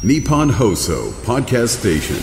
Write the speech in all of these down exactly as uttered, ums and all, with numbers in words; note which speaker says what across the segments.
Speaker 1: Nippon Hoso Podcast Station。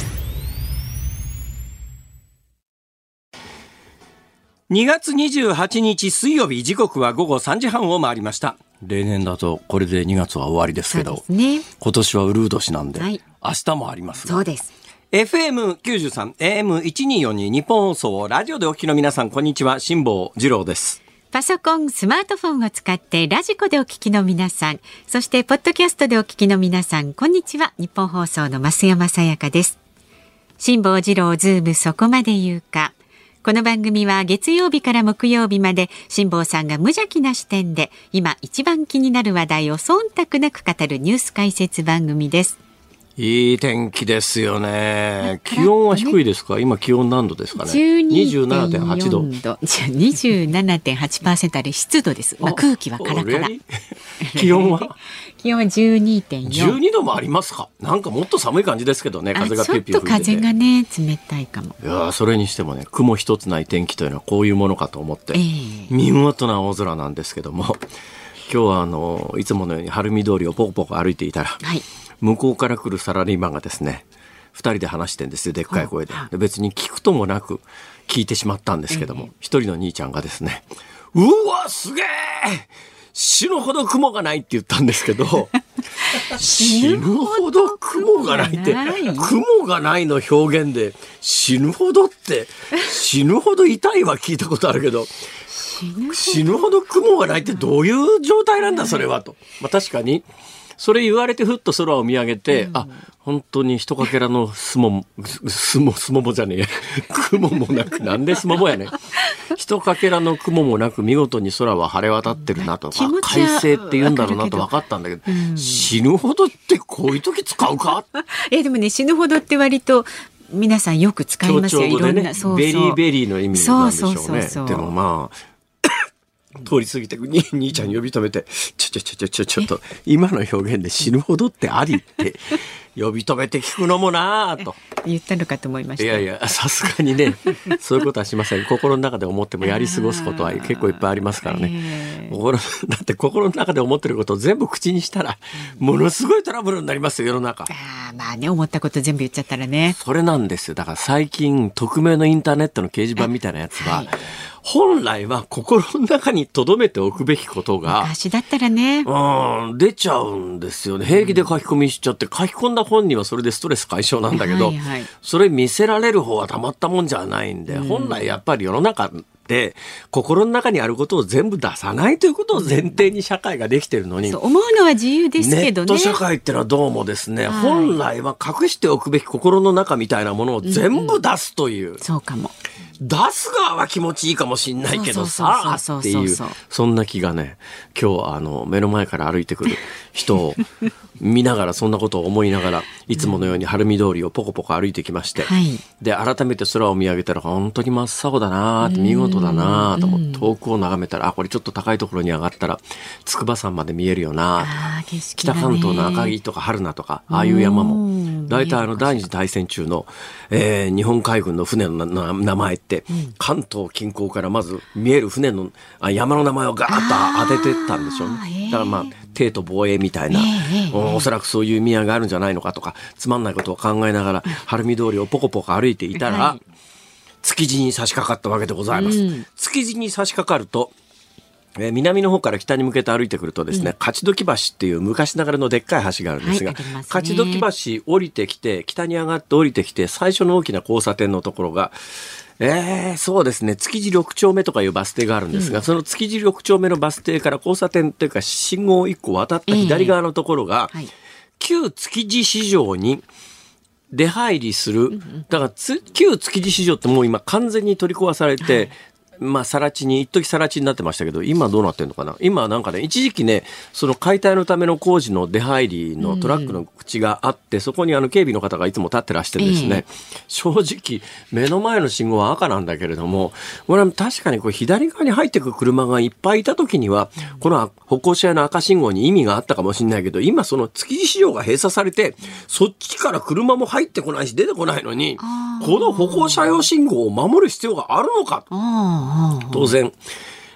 Speaker 2: にがつにじゅうはちにち水曜日、時刻はごごさんじはんを回りました。例年だとこれでにがつは終わりですけど、
Speaker 3: そうですね、
Speaker 2: 今年はウルー年なんで、
Speaker 3: はい、
Speaker 2: 明日もありますが。
Speaker 3: そうです。
Speaker 2: エフエムきゅうじゅうさん、エーエムせんにひゃくよんじゅうに 日本放送ラジオでお聞きの皆さん、こんにちは。辛坊治郎です。
Speaker 3: パソコン、スマートフォンを使ってラジコでお聞きの皆さん、そしてポッドキャストでお聞きの皆さん、こんにちは。日本放送の増山さやかです。辛坊治郎ズームそこまで言うか。この番組は月曜日から木曜日まで辛坊さんが無邪気な視点で今一番気になる話題を忖度なく語るニュース解説番組です。
Speaker 2: いい天気ですよね。気温は低いですか？今気温何度ですかね？
Speaker 3: にじゅうなな
Speaker 2: てんはちど。
Speaker 3: にじゅうななてんはちパーセント あれ湿度です。まあ、空気はカラカラ。
Speaker 2: 気温は
Speaker 3: 気温は じゅうにてんよん。
Speaker 2: じゅうにどもありますか？なんかもっと寒い感じですけどね。風がピューピュー吹いてて、
Speaker 3: ちょっと風がね冷たいかも。
Speaker 2: いや、それにしてもね、雲一つない天気というのはこういうものかと思って、えー、見事な青空なんですけども、今日はあのいつものように晴海通りをポコポコ歩いていたら、はい、向こうから来るサラリーマンがですね、二人で話してんですよ、でっかい声で。で、別に聞くともなく聞いてしまったんですけども、一、えー、人の兄ちゃんがですね、うわすげえ死ぬほど雲がないって言ったんですけど死ぬほど雲がないって雲がないの表現で死ぬほどって死ぬほど痛いは聞いたことあるけど死ぬほど雲がないってどういう状態なんだそれはと、まあ、確かにそれ言われてふっと空を見上げて、うん、あ本当に一かけらのすもすもすももじゃねえや雲もなくなんですももやね一かけらの雲もなく見事に空は晴れ渡ってるなと、まあ、快晴って言うんだろうなと分かったんだけど、うん、死ぬほどってこういう時使うか
Speaker 3: えでもね死ぬほどって割と皆さんよく使いますよ。
Speaker 2: 強調語でね、
Speaker 3: いろんなそうそう
Speaker 2: ベリーベリーの意味なんでしょうね。
Speaker 3: そうそうそうそう。
Speaker 2: でもまあ通り過ぎてに兄ちゃん呼び止めてちょちょちょちょちょちょっと今の表現で死ぬほどってありって呼び止めて聞くのもなぁと
Speaker 3: 言ったのかと思いました。
Speaker 2: いやいやさすがにねそういうことはしません。心の中で思ってもやり過ごすことは結構いっぱいありますからね。心だって心の中で思ってることを全部口にしたらものすごいトラブルになりますよ世の中。
Speaker 3: あまあね思ったこと全部言っちゃったらね。
Speaker 2: それなんですよ。だから最近匿名のインターネットの掲示板みたいなやつは、はい本来は心の中に留めておくべきことが
Speaker 3: 昔だったらね、
Speaker 2: うん、出ちゃうんですよね。平気で書き込みしちゃって書き込んだ本人はそれでストレス解消なんだけど、はいはい、それ見せられる方はたまったもんじゃないんで、うん、本来やっぱり世の中で心の中にあることを全部出さないということを前提に社会ができてるのに、
Speaker 3: そう思うのは自由ですけどね。
Speaker 2: ネット社会ってのはどうもですね、はい、本来は隠しておくべき心の中みたいなものを全部出すという、うんうん、
Speaker 3: そうかも
Speaker 2: 出す側は気持ちいいかもしんないけどさっていうそんな気がね今日はあの目の前から歩いてくる人を見ながらそんなことを思いながらいつものように晴海通りをポコポコ歩いてきまして、うん、で改めて空を見上げたら本当に真っ青だなって見事だなと思って遠くを眺めたらあこれちょっと高いところに上がったら筑波山まで見えるよなと、ね、北関東の赤城とか春名とかああいう山も大体あの第二次大戦中の、えー、日本海軍の船の名前って、うん、関東近郊からまず見える船のあ山の名前をガーッと当ててったんでしょうね。だからまあ帝都防衛みたいな、えー、おそらくそういう意味合いがあるんじゃないのかとかつまんないことを考えながら晴海通りをポコポコ歩いていたら、はい、築地に差し掛かったわけでございます、うん、築地に差し掛かるとえー、南の方から北に向けて歩いてくるとですね、うん、勝どき橋っていう昔ながらのでっかい橋があるんですが、はいね、勝どき橋降りてきて北に上がって降りてきて最初の大きな交差点のところがえー、そうですね築地ろく丁目とかいうバス停があるんですが、うん、その築地ろく丁目のバス停から交差点というか信号をいっこ渡った左側のところが、えーはい、旧築地市場に出入りするだからつ旧築地市場ってもう今完全に取り壊されて、はいまあ、さら地に、一時さら地になってましたけど、今どうなってんのかな。今なんかね、一時期ね、その解体のための工事の出入りのトラックの口があって、うん、そこにあの警備の方がいつも立ってらしてですね、えー、正直、目の前の信号は赤なんだけれども、俺は確かにこう左側に入ってくる車がいっぱいいた時には、うん、この歩行者用の赤信号に意味があったかもしれないけど、今その築地市場が閉鎖されて、そっちから車も入ってこないし出てこないのに、この歩行者用信号を守る必要があるのか。当然、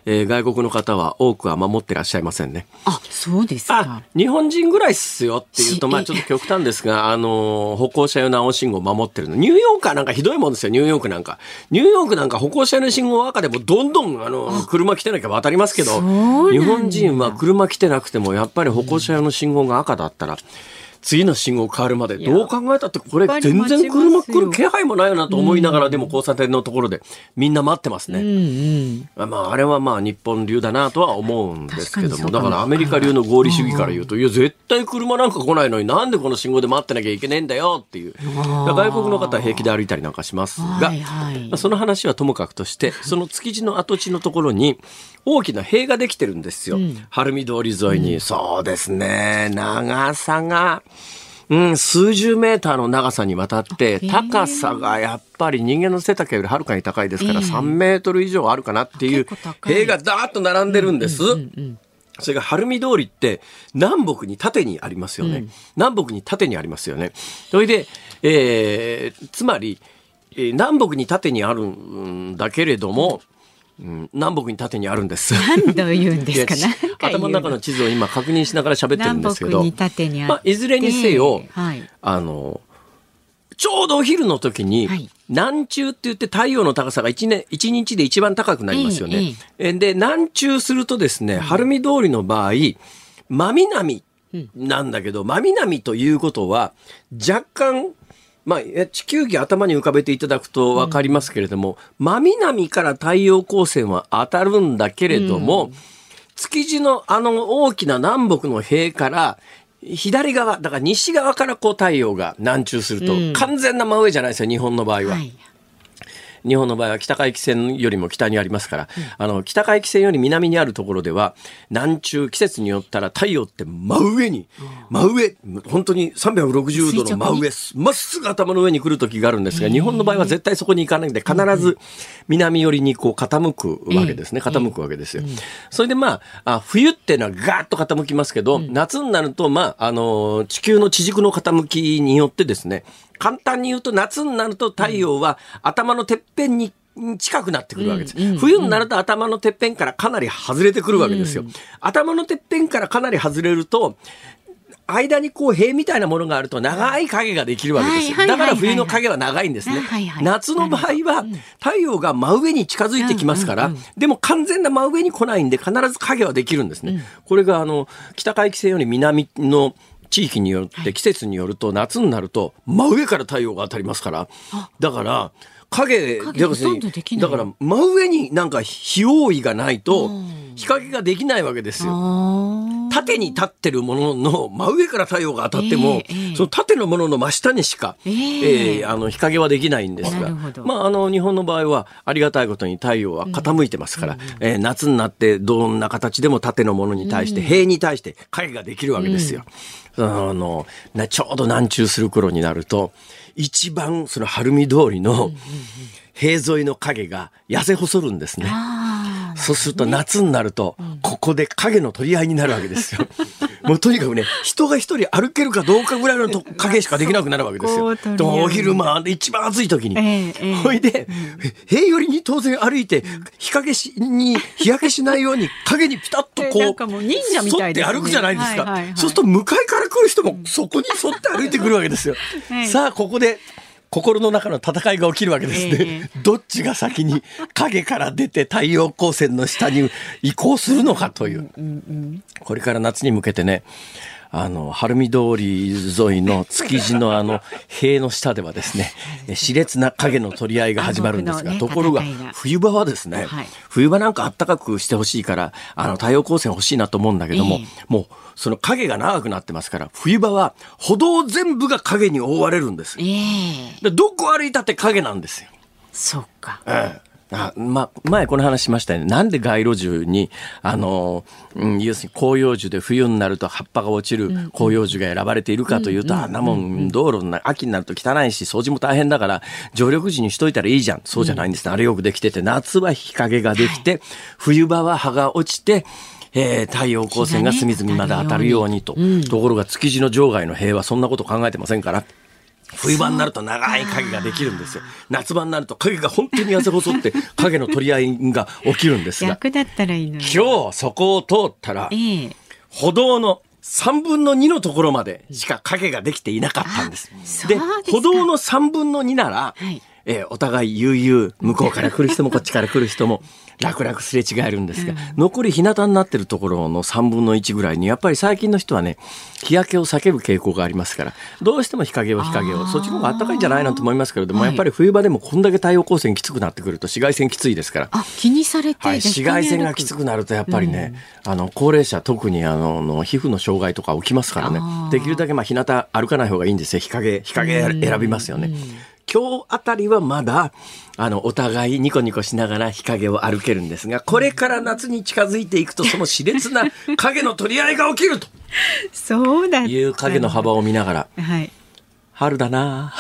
Speaker 2: えー、外国の方は多くは守ってらっしゃいませんね。
Speaker 3: あ、そうですか。
Speaker 2: あ、日本人ぐらいっすよっていうと、まあちょっと極端ですが、あの、歩行者用の青信号を守ってるの。ニューヨークはなんかひどいもんですよ、ニューヨークなんか。ニューヨークなんか歩行者用の信号赤でもどんどん、あの、車来てなきゃ渡りますけど、日本人は車来てなくても、やっぱり歩行者用の信号が赤だったら、次の信号変わるまでどう考えたってこれ全然車来る気配もないよなと思いながら、でも交差点のところでみんな待ってますね。うんうん、まああれはまあ日本流だなとは思うんですけども、だからアメリカ流の合理主義から言うと、いや絶対車なんか来ないのになんでこの信号で待ってなきゃいけねえんだよっていう、外国の方は平気で歩いたりなんかしますが、はいはい、その話はともかくとして、その築地の跡地のところに大きな塀ができてるんですよ、うん、晴海通り沿いに、うん、そうですね、長さがうん、数十メーターの長さにわたって、高さがやっぱり人間の背丈よりはるかに高いですから、さんメートル以上あるかなっていう塀がダーッと並んでるんです。それが晴海通りって南北に縦にありますよね、うん、南北に縦にありますよね。それで、えー、つまり、えー、南北に縦にあるんだけれども、うん、南北に縦にあるんです。
Speaker 3: 何度言うんですか。なんか
Speaker 2: 頭の中の地図を今確認しながら喋ってるんですけど、
Speaker 3: 南北に縦にあって、
Speaker 2: まあ、いずれにせよ、はい、あのちょうどお昼の時に、はい、南中って言って太陽の高さが一年、一日で一番高くなりますよね。ええ、で南中するとですね、晴海通りの場合真南なんだけど、真南ということは若干まあ、地球儀頭に浮かべていただくと分かりますけれども、うん、真南から太陽光線は当たるんだけれども、うん、築地のあの大きな南北の塀から左側、だから西側からこう太陽が南中すると、うん、完全な真上じゃないですよ、日本の場合は。はい、日本の場合は北海汽線よりも北にありますから、うん、あの北海汽線より南にあるところでは南中、季節によったら太陽って真上に、うん、真上本当にさんびゃくろくじゅうどの真上まっすぐ頭の上に来る時があるんですが、日本の場合は絶対そこに行かないで必ず南寄りにこう傾くわけですね、傾くわけですよ。それでまあ、あ冬っていうのはガーッと傾きますけど、うん、夏になるとまああの地球の地軸の傾きによってですね、簡単に言うと夏になると太陽は頭のてっぺんに近くなってくるわけです、うんうんうん、冬になると頭のてっぺんからかなり外れてくるわけですよ、うん、頭のてっぺんからかなり外れると間にこう塀みたいなものがあると長い影ができるわけですよ。だから冬の影は長いんですね。夏の場合は太陽が真上に近づいてきますから、でも完全な真上に来ないんで必ず影はできるんですね。これがあの北海汽線より南の地域によって季節によると夏になると真上から太陽が当たりますから、だから影だから真上になんか日覆いがないと日陰ができないわけですよ。縦に立ってるものの真上から太陽が当たっても、えー、その縦のものの真下にしか、えーえー、あの日陰はできないんですが、まあ、あの日本の場合はありがたいことに太陽は傾いてますから、うんえー、夏になってどんな形でも縦のものに対して、うん、塀に対して影ができるわけですよ。うん、あのちょうど南中する頃になると一番その晴海通りの塀沿いの影が痩せ細るんですね。そうすると夏になるとここで影の取り合いになるわけですよ。もうとにかくね、人が一人歩けるかどうかぐらいの影しかできなくなるわけですよ。お昼間で一番暑い時に、えー、ほいで、うん、塀寄りに当然歩いて日陰しに日焼けしないように影にピタッとこう
Speaker 3: なんかもう忍者みたいですね。
Speaker 2: 沿って歩くじゃないですか、はいはいはい、そうすると向かいから来る人もそこに沿って歩いてくるわけですよ、はい、さあここで心の中の戦いが起きるわけですね、えー、どっちが先に影から出て太陽光線の下に移行するのかという、うんうんうん、これから夏に向けてね、あの晴海通り沿いの築地のあの塀の下ではですね熾烈な影の取り合いが始まるんですが、ね、ところが冬場はですね、はい、冬場なんか暖かくしてほしいからあの太陽光線欲しいなと思うんだけども、えー、もうその影が長くなってますから冬場は歩道全部が影に覆われるんです、えー、でどこ歩いたって影なんですよ。
Speaker 3: そうか、
Speaker 2: えーあま、前この話しましたよね。なんで街路樹にあの、うん、要するに広葉樹で冬になると葉っぱが落ちる広葉樹が選ばれているかというと、うんうん、あんなもん道路の秋になると汚いし掃除も大変だから常緑樹にしといたらいいじゃん。そうじゃないんですね、うん、あれよくできてて夏は日陰ができて、はい、冬場は葉が落ちてえー、太陽光線が隅々まで当たるようにと、うん、ところが築地の場外の塀はそんなこと考えてませんから冬場になると長い影ができるんですよ。夏場になると影が本当に痩せ細って影の取り合いが起きるんですが、
Speaker 3: 逆だったらいいのに。
Speaker 2: 今日そこを通ったら、えー、歩道のさんぶんのにのところまでしか影ができていなかったんです。で、歩道のさんぶんのになら、はい、えー、お互い悠々、向こうから来る人もこっちから来る人も楽々すれ違えるんですが、うん、残り日向になってるところのさんぶんのいちぐらいに、やっぱり最近の人はね、日焼けを避ける傾向がありますから、どうしても日陰を日陰を、そっちの方が暖かいんじゃないなんて思いますけれども、はい、やっぱり冬場でもこんだけ太陽光線きつくなってくると紫外線きついですから。
Speaker 3: あ、気にされて、
Speaker 2: はい、紫外線がきつくなるとやっぱりね、うん、あの高齢者特にあのの皮膚の障害とか起きますからね、できるだけまあ日向歩かない方がいいんですよ。日陰、日陰選びますよね。うんうん、今日あたりはまだあのお互いニコニコしながら日陰を歩けるんですが、これから夏に近づいていくとその熾烈な影の取り合いが起きると
Speaker 3: そうだ
Speaker 2: いう影の幅を見ながら、
Speaker 3: はい、
Speaker 2: 春だな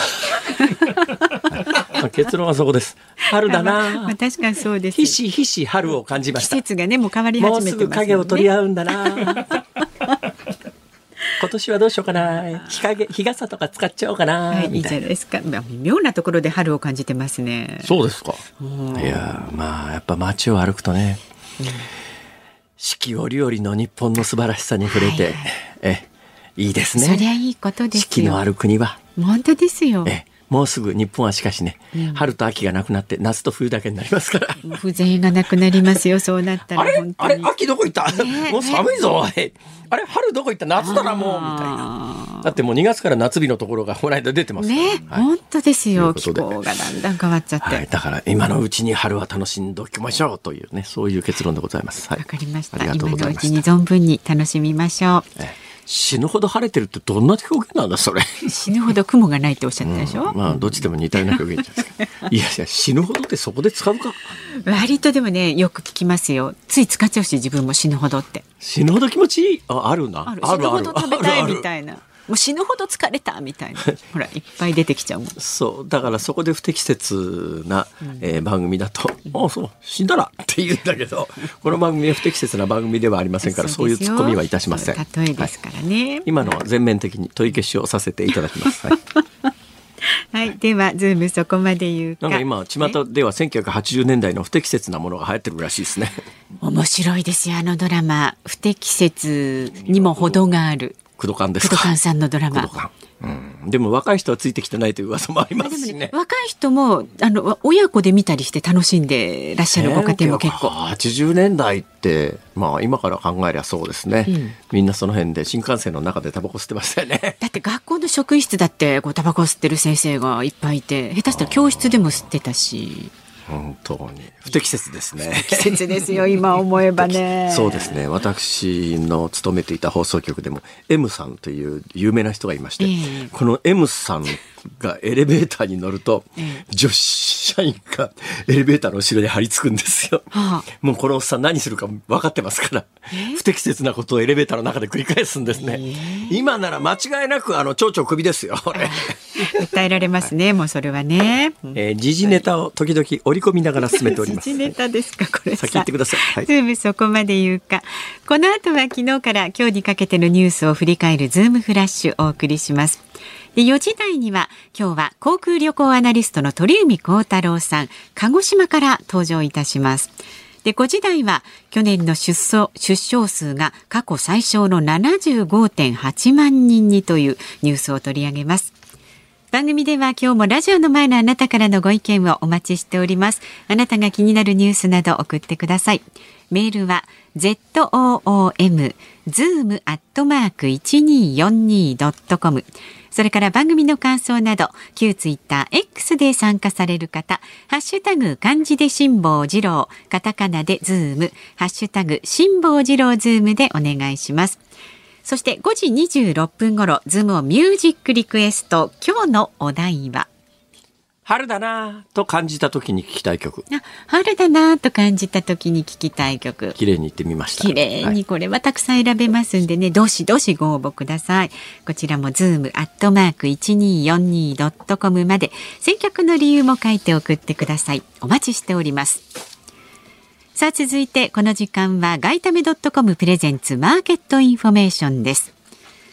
Speaker 2: 結論はそこです。春だな、
Speaker 3: まあ、確かにそうです。
Speaker 2: ひしひし春を感じました。
Speaker 3: 季節がねもう変わり始めてますよね。
Speaker 2: もうすぐ影を取り合うんだな今年はどうしようかな、日陰、日傘とか使っちゃおうかな、はい、
Speaker 3: いいじゃないですか。まあ、妙なところで春を感じてますね。
Speaker 2: そうですか。いやまあやっぱ街を歩くとね、うん、四季折々の日本の素晴らしさに触れて、はいはい、えいいですね。
Speaker 3: そりゃいいことですよ。
Speaker 2: 四季のある国は
Speaker 3: 本当ですよ。
Speaker 2: えもうすぐ日本はしかしね、うん、春と秋がなくなって夏と冬だけになりますから、
Speaker 3: もう風情がなくなりますよ。そうなったら
Speaker 2: あれ
Speaker 3: 本当に
Speaker 2: あれ秋どこ行った、ね、もう寒いぞ、ね、あれ春どこ行った、夏だなもうみたいな。だってもうにがつから夏日のところがこの間出てますから、
Speaker 3: ね、はい、本当ですよ。気
Speaker 2: 候
Speaker 3: がだんだん変わっちゃって、
Speaker 2: はい、だから今のうちに春は楽しんでおきましょうというね、そういう結論でございます。わ、
Speaker 3: はい、かりました。今のうちに存分に楽しみましょう。ええ、
Speaker 2: 死ぬほど晴れてるってどんな表現なんだそれ。
Speaker 3: 死ぬほど雲がないっておっしゃったでしょ、
Speaker 2: うん、まあどっちでも似たような表現じゃないですかいやいや死ぬほどってそこで使うか。
Speaker 3: 割とでもねよく聞きますよ。つい使っちゃうし自分も死ぬほどって。
Speaker 2: 死ぬほど気持ちいい あ, あるな
Speaker 3: あるある。死ぬほど食べたいみたいな、もう死ぬほど疲れたみたいなほらいっぱい出てきちゃうもん。
Speaker 2: そうだからそこで不適切な、うんえー、番組だと、うん、あそう死んだらって言うんだけどこの番組は不適切な番組ではありませんから、そういうツッコミはいたしません。
Speaker 3: 例えですからね、はい、
Speaker 2: 今のは全面的に問い消しをさせていただきます、はい
Speaker 3: はい、ではズームそこまで言うか。
Speaker 2: なんか今巷ではせんきゅうひゃくはちじゅうねんだいの不適切なものが流行ってるらしいですね。
Speaker 3: 面白いですよあのドラマ。不適切にも程がある。
Speaker 2: クドカンですか。
Speaker 3: クドカンさんのドラマ。
Speaker 2: うん、でも若い人はついてきてないという噂もありますし ね, ね
Speaker 3: 若い人もあの親子で見たりして楽しんでらっしゃるご家庭も結構、
Speaker 2: はちじゅうねんだいって、まあ、今から考えりゃそうですね、うん、みんなその辺で新幹線の中でタバコ吸ってましたよね。
Speaker 3: だって学校の職員室だってこうタバコ吸ってる先生がいっぱいいて、下手したら教室でも吸ってたし、
Speaker 2: 本当に不適切ですね。
Speaker 3: 不適切ですよ今思えばね。
Speaker 2: そうですね。私の勤めていた放送局でも M さんという有名な人がいまして、えー、この M さんがエレベーターに乗ると、えー、女子社員がエレベーターの後ろに張り付くんですよ、はあ、もうこのおっさん何するか分かってますから、えー、不適切なことをエレベーターの中で繰り返すんですね、えー、今なら間違いなくあの町長クビですよこれ
Speaker 3: 訴えられますね、はい、もうそれはね、
Speaker 2: えー、時事ネタを時々織り込みながら進めております。
Speaker 3: 時事ネタですかこれ。
Speaker 2: 先言ってください、はい、
Speaker 3: ズームそこまで言うか。この後は昨日から今日にかけてのニュースを振り返るズームフラッシュお送りします。でよじ台には今日は航空旅行アナリストの鳥海高太郎さん、鹿児島から登場いたします。でごじ台は去年の出生、出生数が過去最小の ななじゅうごてんはちまんにんにというニュースを取り上げます。番組では今日もラジオの前のあなたからのご意見をお待ちしております。あなたが気になるニュースなど送ってください。メールは ズーム ズーム アットマーク いちにーよんにー ドットコム。それから番組の感想など旧ツイッター X で参加される方、ハッシュタグ漢字で辛坊治郎、カタカナでズーム、ハッシュタグ辛坊治郎ズームでお願いします。そしてごじにじゅうろっぷん頃ズームをミュージックリクエスト。今日のお題は
Speaker 2: 春だなと感じた時に聞きたい曲。
Speaker 3: あ、春だなと感じた時に聞きたい曲。
Speaker 2: 綺麗に言ってみました。
Speaker 3: 綺麗にこれはたくさん選べますんでね、はい、どしどしご応募ください。こちらもズームアットマーク いちにーよんにー ドットコム まで選曲の理由も書いて送ってください。お待ちしております。さあ続いてこの時間は外為ドットコムプレゼンツマーケットインフォメーションです。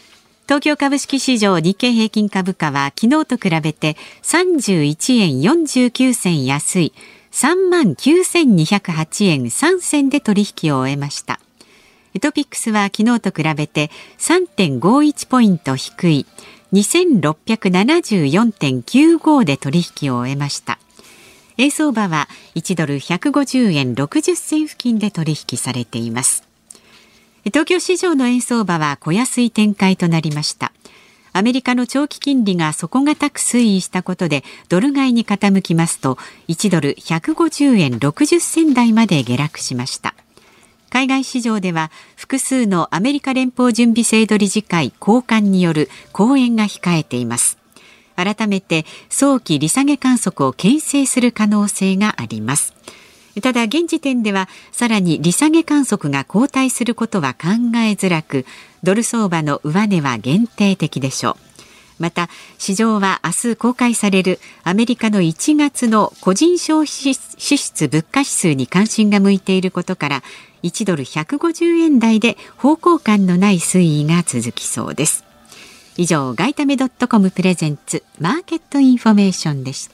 Speaker 3: 東京株式市場日経平均株価は昨日と比べてさんじゅういちえんよんじゅうきゅうせん安い さんまんきゅうせんにひゃくはちえんさんせんで取引を終えました。トピックスは昨日と比べて さんてんごいち ポイント低い にせんろっぴゃくななじゅうよんてんきゅうご で取引を終えました。円相場はいちドルひゃくごじゅうえんろくじゅっせん付近で取引されています。東京市場の円相場は小安い展開となりました。アメリカの長期金利が底堅く推移したことでドル買いに傾きますといちドルひゃくごじゅうえんろくじゅっせん台まで下落しました。海外市場では複数のアメリカ連邦準備制度理事会高官による講演が控えています。改めて早期利下げ観測を牽制する可能性があります。ただ現時点ではさらに利下げ観測が後退することは考えづらく、ドル相場の上値は限定的でしょう。また市場は明日公開されるアメリカのいちがつの個人消費支出物価指数に関心が向いていることからいちドルひゃくごじゅうえん台で方向感のない推移が続きそうです。以上、外為ドットコムプレゼンツマーケットインフォメーションでした。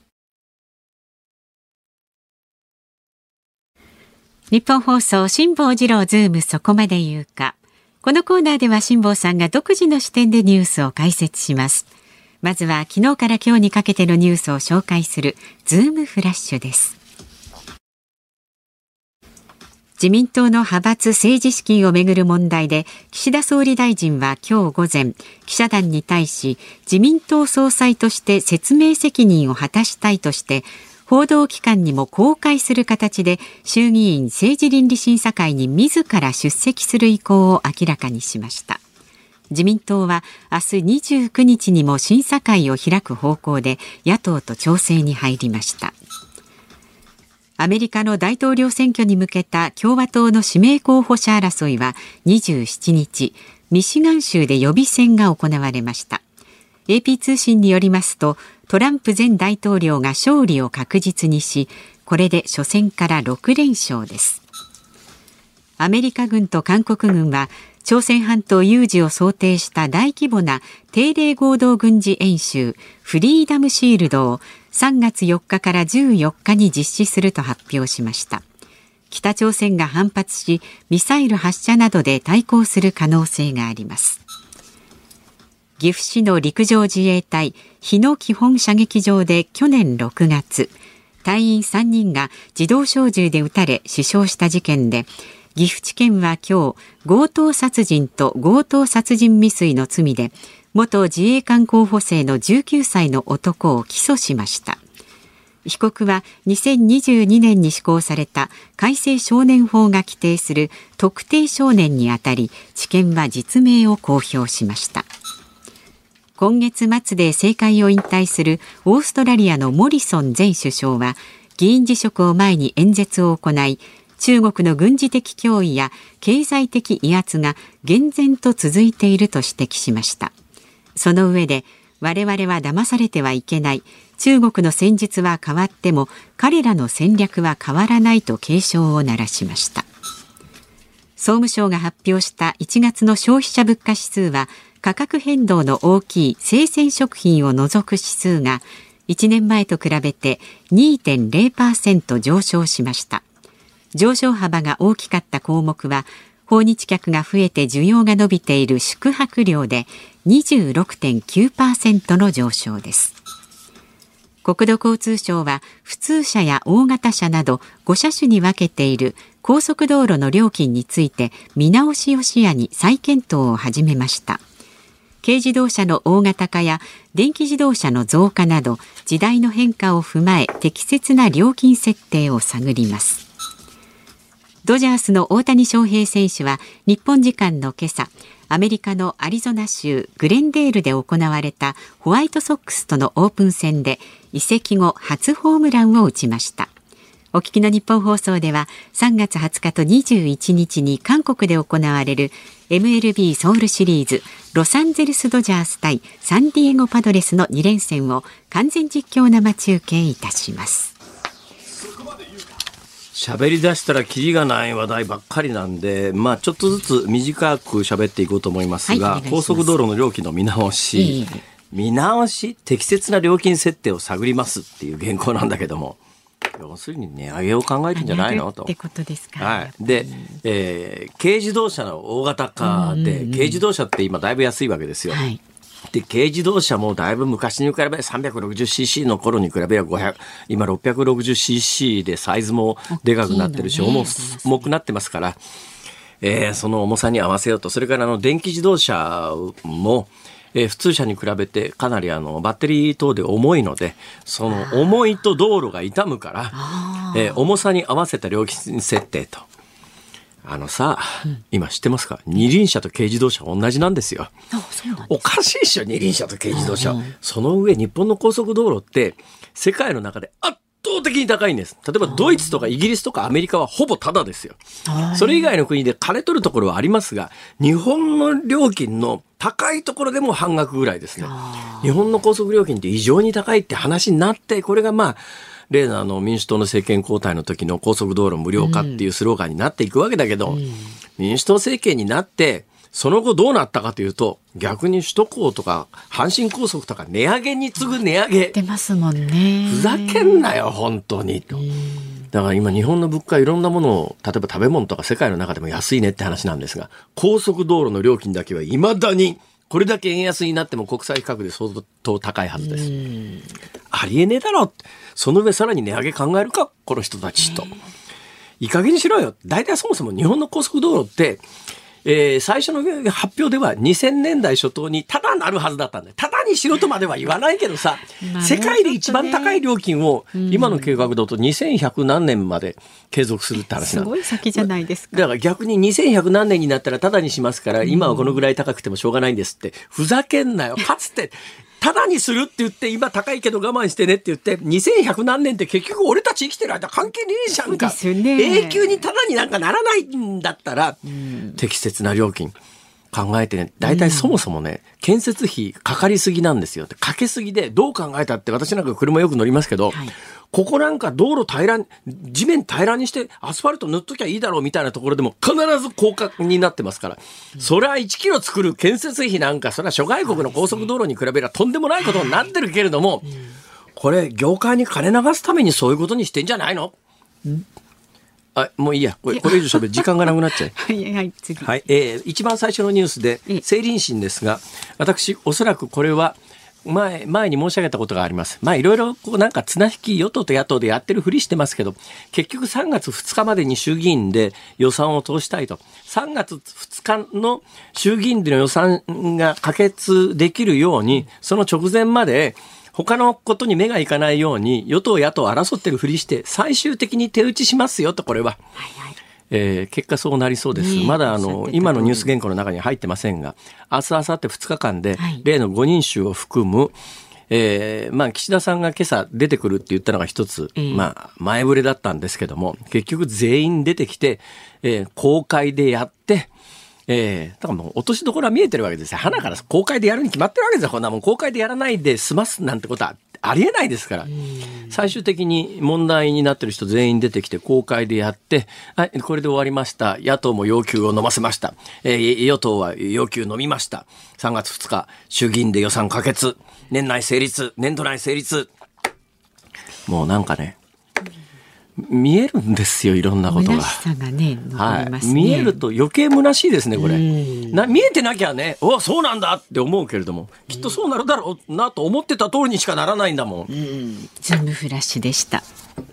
Speaker 3: 日本放送辛坊治郎ズームそこまで言うか。このコーナーでは辛坊さんが独自の視点でニュースを解説します。まずは昨日から今日にかけてのニュースを紹介するズームフラッシュです。自民党の派閥政治資金をめぐる問題で岸田総理大臣は今日午前記者団に対し自民党総裁として説明責任を果たしたいとして報道機関にも公開する形で衆議院政治倫理審査会に自ら出席する意向を明らかにしました。自民党は明日にじゅうくにちにも審査会を開く方向で野党と調整に入りました。アメリカの大統領選挙に向けた共和党の指名候補者争いはにじゅうしちにち、ミシガン州で予備選が行われました。エーピー 通信によりますと、トランプ前大統領が勝利を確実にし、これで初戦からろくれんしょうです。アメリカ軍と韓国軍は、朝鮮半島有事を想定した大規模な定例合同軍事演習、フリーダムシールドをさんがつよっかからじゅうよっかに実施すると発表しました。北朝鮮が反発し、ミサイル発射などで対抗する可能性があります。岐阜市の陸上自衛隊日野基本射撃場で去年ろくがつ、隊員さんにんが自動小銃で撃たれ死傷した事件で、岐阜地検は今日、強盗殺人と強盗殺人未遂の罪で、元自衛官候補生のじゅうきゅうさいの男を起訴しました。被告はにせんにじゅうにねんに施行された改正少年法が規定する特定少年にあたり、地検は実名を公表しました。今月末で政界を引退するオーストラリアのモリソン前首相は議員辞職を前に演説を行い、中国の軍事的脅威や経済的威圧が厳然と続いていると指摘しました。その上で、我々は騙されてはいけない。中国の戦術は変わっても彼らの戦略は変わらないと警鐘を鳴らしました。総務省が発表したいちがつの消費者物価指数は、価格変動の大きい生鮮食品を除く指数がいちねんまえと比べて にてんれいパーセント 上昇しました。上昇幅が大きかった項目は、訪日客が増えて需要が伸びている宿泊料で にじゅうろくてんきゅうパーセント の上昇です。国土交通省は普通車や大型車などご車種に分けている高速道路の料金について見直しを視野に再検討を始めました。軽自動車の大型化や電気自動車の増加など時代の変化を踏まえ適切な料金設定を探ります。ドジャースの大谷翔平選手は日本時間の今朝、アメリカのアリゾナ州グレンデールで行われたホワイトソックスとのオープン戦で移籍後初ホームランを打ちました。お聞きの日本放送ではさんがつはつかとにじゅういちにちに韓国で行われる エムエルビー ソウルシリーズロサンゼルスドジャース対サンディエゴパドレスのにれんせんを完全実況生中継いたします。
Speaker 2: 喋り出したらキリがない話題ばっかりなんで、まあ、ちょっとずつ短く喋っていこうと思いますが、はい、高速道路の料金の見直し、見直し適切な料金設定を探りますっていう原稿なんだけども、要するに値上げを考えてんじゃないのと。
Speaker 3: ってことですか。
Speaker 2: はい。で、えー、軽自動車の大型化で、うんうんうん、軽自動車って今だいぶ安いわけですよ。はい、で、軽自動車もだいぶ昔に比べ さんびゃくろくじゅうシーシー の頃に比べればごひゃく、今 ろっぴゃくろくじゅうシーシー でサイズもでかくなってるし、重重くなってますから、えー、その重さに合わせようと。それからあの電気自動車も、えー、普通車に比べてかなりあのバッテリー等で重いので、その重いと道路が傷むから、えー、重さに合わせた料金設定と。あのさ、うん、今知ってますか？二輪車と軽自動車同じなんですよ。
Speaker 3: あ、そうなんですか。
Speaker 2: おかしいっしょ、二輪車と軽自動車。その上、日本の高速道路って世界の中で圧倒的に高いんです。例えばドイツとかイギリスとかアメリカはほぼタダですよ。それ以外の国で金取るところはありますが、日本の料金の高いところでも半額ぐらいですね。日本の高速料金って異常に高いって話になって、これがまあ、例のあの民主党の政権交代の時の高速道路無料化っていうスローガンになっていくわけだけど、うん、民主党政権になってその後どうなったかというと、逆に首都高とか阪神高速とか値上げに次ぐ値上げ
Speaker 3: 出ますもんね。
Speaker 2: ふざけんなよ本当にと。だから今日本の物価いろんなものを、例えば食べ物とか世界の中でも安いねって話なんですが、高速道路の料金だけは未だにこれだけ円安になっても国際価格で相当高いはずです。ありえねえだろって。その上さらに値上げ考えるかこの人たちと。いい加減にしろよ。大体そもそも日本の高速道路って、えー、最初の発表ではにせんねんだい初頭にタダになるはずだったんだよ。タダにしろとまでは言わないけどさ、まあ、世界で一番高い料金を今の計画だとにせんひゃく何年まで継続するって話なんだ。
Speaker 3: すごい先じゃないですか。
Speaker 2: だから逆ににせんひゃく何年になったらタダにしますから、今はこのぐらい高くてもしょうがないんですって。ふざけんなよ。かつてタダにするって言って、今高いけど我慢してねって言って、にせんひゃく何年って結局俺たち生きてる間関係ねえじゃんか。
Speaker 3: そうですよね。
Speaker 2: 永久にタダになんかならないんだったら、うん、適切な料金考えてね。大体そもそもね、うん、建設費かかりすぎなんですよ。かけすぎで、どう考えたって、私なんか車よく乗りますけど、はい、ここなんか道路平らに、地面平らにしてアスファルト塗っときゃいいだろうみたいなところでも必ず高価になってますから、うん、それはいちキロ作る建設費なんか、それは諸外国の高速道路に比べればとんでもないことになってるけれども、うん、これ業界に金流すためにそういうことにしてんじゃないの？うんあ、もういいや。これ、これ以上喋る時間がなくなっちゃう。
Speaker 3: はいはい、次。
Speaker 2: はい。えー、一番最初のニュースで、政倫審ですが、私、おそらくこれは、前、前に申し上げたことがあります。まあ、いろいろ、こう、なんか、綱引き、与党と野党でやってるふりしてますけど、結局さんがつふつかまでに衆議院で予算を通したいと。さんがつふつかの衆議院での予算が可決できるように、その直前まで、他のことに目がいかないように与党野党争ってるふりして最終的に手打ちしますよと。これは、はいはい、えー、結果そうなりそうです。まだあの今のニュース原稿の中に入ってませんが、明日明後日ふつかかんで例のごにん衆を含む、えー、まあ岸田さんが今朝出てくるって言ったのが一つ、まあ前触れだったんですけども、結局全員出てきて、えー、公開でやってえー、だからもう落としどころは見えてるわけですよ。花から公開でやるに決まってるわけですよ。こんなもん公開でやらないで済ますなんてことはありえないですから。最終的に問題になってる人全員出てきて公開でやって、はい、これで終わりました。野党も要求を飲ませました。えー、与党は要求飲みました。さんがつふつか、衆議院で予算可決。年内成立。年度内成立。もうなんかね、見えるんですよ、いろんなことが。
Speaker 3: 虚しさがね、残りますね。
Speaker 2: はい、見えると余計虚しいですね、これ。な見えてなきゃね、おそうなんだって思うけれども、きっとそうなるだろうなと思ってた通りにしかならないんだもん。うん、
Speaker 3: ズームフラッシュでした。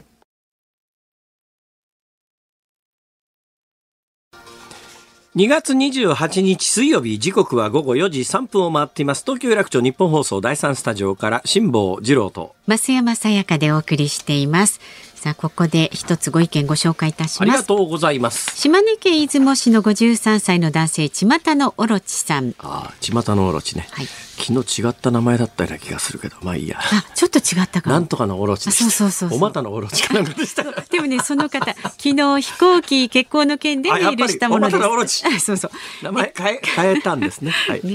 Speaker 2: にがつにじゅうはちにち水曜日、時刻はごごよじさんぷんを回っています。東京有楽町日本放送だいさんスタジオから辛坊治郎と
Speaker 3: 増山さやかでお送りしています。さあ、ここで一つご意見ご紹介いたします。あ
Speaker 2: りがとうございます。
Speaker 3: 島根県出雲市のごじゅうさんさいの男性、ちまたのオロチさん。
Speaker 2: ああ、ちまたのオロチね、はい、昨日違った名前だったような気がするけど、まあいいや。
Speaker 3: あ、ちょっと違ったかも。
Speaker 2: なんとかのオロチでした。
Speaker 3: そうそうそうそう。
Speaker 2: おまたのオロチかなんかでした。
Speaker 3: でもね、その方昨日飛行機欠航の件でメールしたものです。
Speaker 2: おまたのオロチ。
Speaker 3: そうそう。
Speaker 2: 名前変え変えたんですね。はい。ね、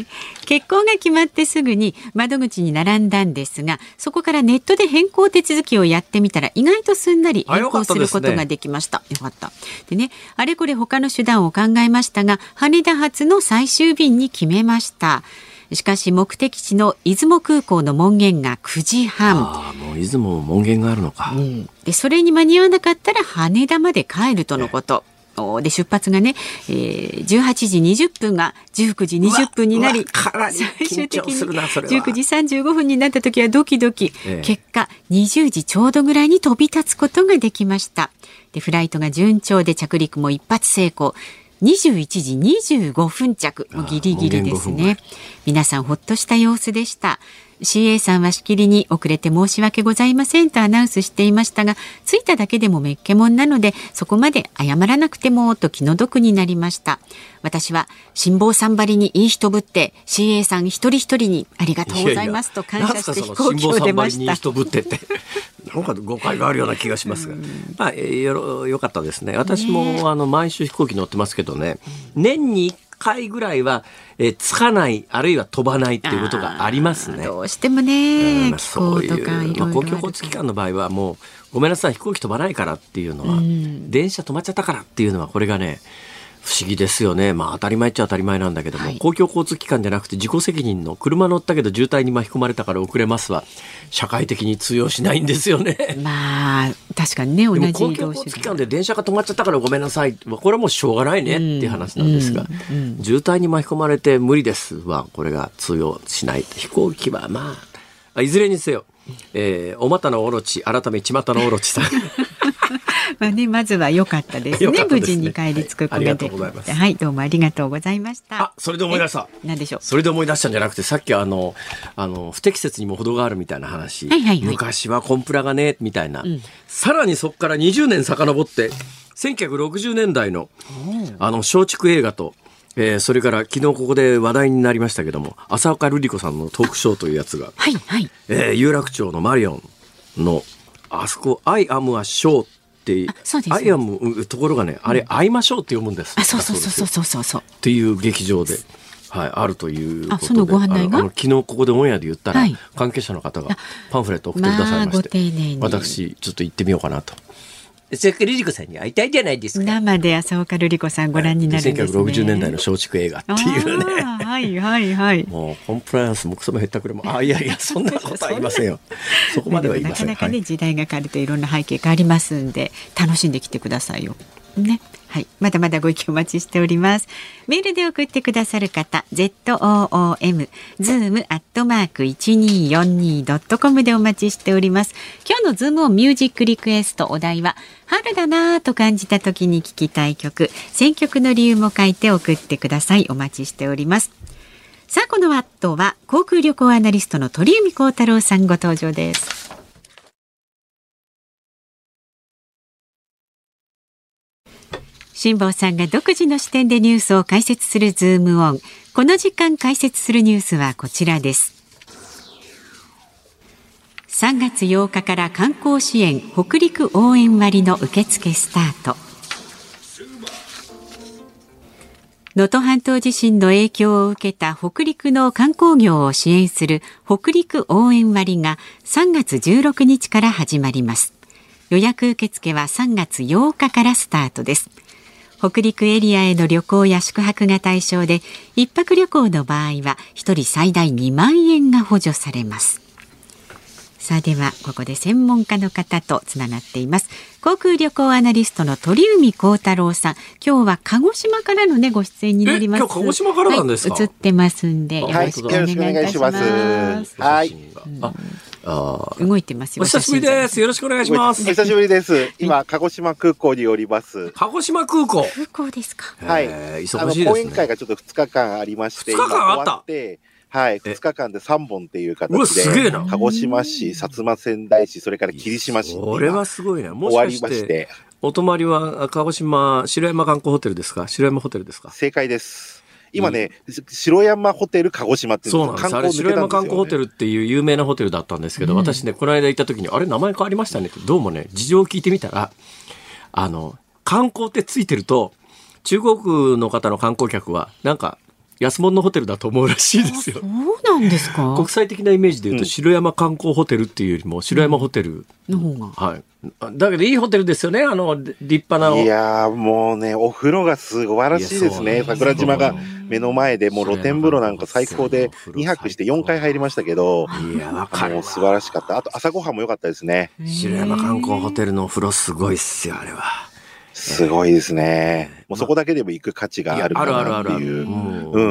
Speaker 3: 欠航が決まってすぐに窓口に並んだんですが、そこからネットで変更手続きをやってみたら意外とすんなり変更することができました。よかった。でね、あれこれ他の手段を考えましたが、羽田発の最終便に決めました。しかし目的地の出雲空港の門限がくじはん。
Speaker 2: ああ、もう出雲も門限があるのか、
Speaker 3: うん、でそれに間に合わなかったら羽田まで帰るとのこと。で出発がね、えー、じゅうはちじにじゅっぷんがじゅうくじにじゅっぷんになり、
Speaker 2: 最終的に
Speaker 3: じゅうくじさんじゅうごふんになった時はドキドキ、ええ、結果にじゅうじちょうどぐらいに飛び立つことができました。でフライトが順調で着陸も一発成功、にじゅういちじにじゅうごふん着、もうギリギリですね。皆さんほっとした様子でした。シーエー さんはしきりに遅れて申し訳ございませんとアナウンスしていましたが、着いただけでもめっけもんなのでそこまで謝らなくてもと気の毒になりました。私は辛坊さんばりにいい人ぶって シーエー さん一人一人にありがとうございますと感謝して飛行機を出ました。いやいや、辛坊さんばりにいい人ぶってってなんか誤解があるような気がしますが、まあ、よ, よかったですね。私も、ね、あの毎週飛行機乗ってますけどね、年にいっかいぐらいは、えー、つかないあるいは飛ばないっていうことがありますね。 どうしてもね、
Speaker 2: うん、気候とかいろいろ、まあ、公共交通機関の場合はもうごめんなさい飛行機飛ばないからっていうのは、うん、電車止まっちゃったからっていうのはこれがね不思議ですよね。まあ当たり前っちゃ当たり前なんだけども、はい、公共交通機関じゃなくて自己責任の車乗ったけど渋滞に巻き込まれたから遅れますは社会的に通用しないんですよね。
Speaker 3: まあ確かにね、同じ移動手段。
Speaker 2: 公共交通機関で電車が止まっちゃったからごめんなさい、これはもうしょうがないねっていう話なんですが、うんうんうん、渋滞に巻き込まれて無理ですはこれが通用しない。飛行機はまあいずれにせよ、えー、お股のオロチ改めちまたのオロチさん
Speaker 3: まあね、まずは良かったです ね, ですね無事に帰り着くことができて、はい、はい、どうもありがとうございました。
Speaker 2: あ、それで思い出した。
Speaker 3: 何でしょう。
Speaker 2: それで思い出したんじゃなくて、さっきあのあの不適切にも程があるみたいな話、はいはいはい、昔はコンプラがねみたいな、うん、さらにそこからにじゅうねん遡ってせんきゅうひゃくろくじゅうねんだいのあの松竹映画と、えー、それから昨日ここで話題になりましたけども、浅岡瑠璃子さんのトークショーというやつが、
Speaker 3: はいはい、
Speaker 2: えー、有楽町のマリオンのあそこ I am a show ってアイアムところがね、あれ、うん、会いましょうって読むんです。
Speaker 3: あ、そうそうそうそうそうそう
Speaker 2: っていう劇場で、はい、あるということで、
Speaker 3: あ、そのご案内が
Speaker 2: あの昨日ここでオンエアで言ったら、はい、関係者の方がパンフレット送ってくださいまして、まあ、ご丁寧に私ちょっと行ってみようかなと。浅岡瑠璃子さんに会いたいじゃないですか。
Speaker 3: 生で浅岡瑠璃子さんご覧になるんですね。
Speaker 2: せんきゅうひゃくろくじゅうねんだいの松竹映画っていうね。
Speaker 3: はいはいはい。
Speaker 2: もうコンプライアンスもクソもへったくれも、あ、いやいやそんなことは言いませんよ。そこまでは言いません。
Speaker 3: なかなかね、はい、時代が変わるといろんな背景がありますんで楽しんできてくださいよ。ね。はい、まだまだご意見お待ちしております。メールで送ってくださる方 ズーム ズーム アットマーク いちにーよんにー ドットコム でお待ちしております。今日のズームオンミュージックリクエスト、お題は春だなぁと感じた時に聴きたい曲、選曲の理由も書いて送ってください。お待ちしております。さあこの後は航空旅行アナリストの鳥海高太朗さんご登場です。辛坊さんが独自の視点でニュースを解説するズームオン。この時間解説するニュースはこちらです。さんがつようかから観光支援北陸応援割の受付スタート。能登半島地震の影響を受けた北陸の観光業を支援する北陸応援割がさんがつじゅうろくにちから始まります。予約受付はさんがつようかからスタートです。北陸エリアへの旅行や宿泊が対象で、一泊旅行の場合はひとり最大にまんえんが補助されます。さあではここで専門家の方とつながっています。航空旅行アナリストの鳥海高太朗さん、今日は鹿児島からのねご出演になります。
Speaker 2: え、今日鹿児島からなんですか。
Speaker 3: はい、映ってますんでよろしくお願いいたします。
Speaker 4: はい、
Speaker 3: ああ動いてますよ。
Speaker 2: お久しぶりです。よろしくお願いします。
Speaker 4: お久しぶりです。今鹿児島空港におります。
Speaker 2: 鹿児島空港。
Speaker 3: 空港ですか。
Speaker 4: はい。
Speaker 2: 忙しいですね。
Speaker 4: 講演会がちょっとふつかかんありまして、
Speaker 2: ふつかかんあった。
Speaker 4: はい、ふつかかんでさんぼんっていう形で、鹿児島市、薩摩川内市、それから霧島市、
Speaker 2: これはすごいな。もしかしてお泊まりは鹿児島城山観光ホテルですか。城山ホテルですか。
Speaker 4: 正解です。今ね、うん、城山ホテル鹿児島っていう
Speaker 2: の、そうなんです。あれ城山観光ホテルっていう有名なホテルだったんですけど、うん、私ねこの間行った時にあれ名前変わりましたねってどうもね事情を聞いてみたら、あの観光ってついてると中国の方の観光客はなんか安物のホテルだと思うらしいですよ。
Speaker 3: そうなんですか。
Speaker 2: 国際的なイメージでいうと、うん、城山観光ホテルっていうよりも城山ホテル
Speaker 3: の方が、
Speaker 2: はい、だけどいいホテルですよね。あの立派な。
Speaker 4: いやーもうね、お風呂が素晴らしいですね。桜島が目の前で、もう露天風呂なんか最高でにはくしてよんかい入りましたけど、
Speaker 2: いやわかる。
Speaker 4: もう素晴らしかった。あと朝ごはんも良かったですね。
Speaker 2: 城山観光ホテルのお風呂すごいっすよ、あれは。
Speaker 4: すごいですね。もうそこだけでも行く価値があるかなっていう。うん。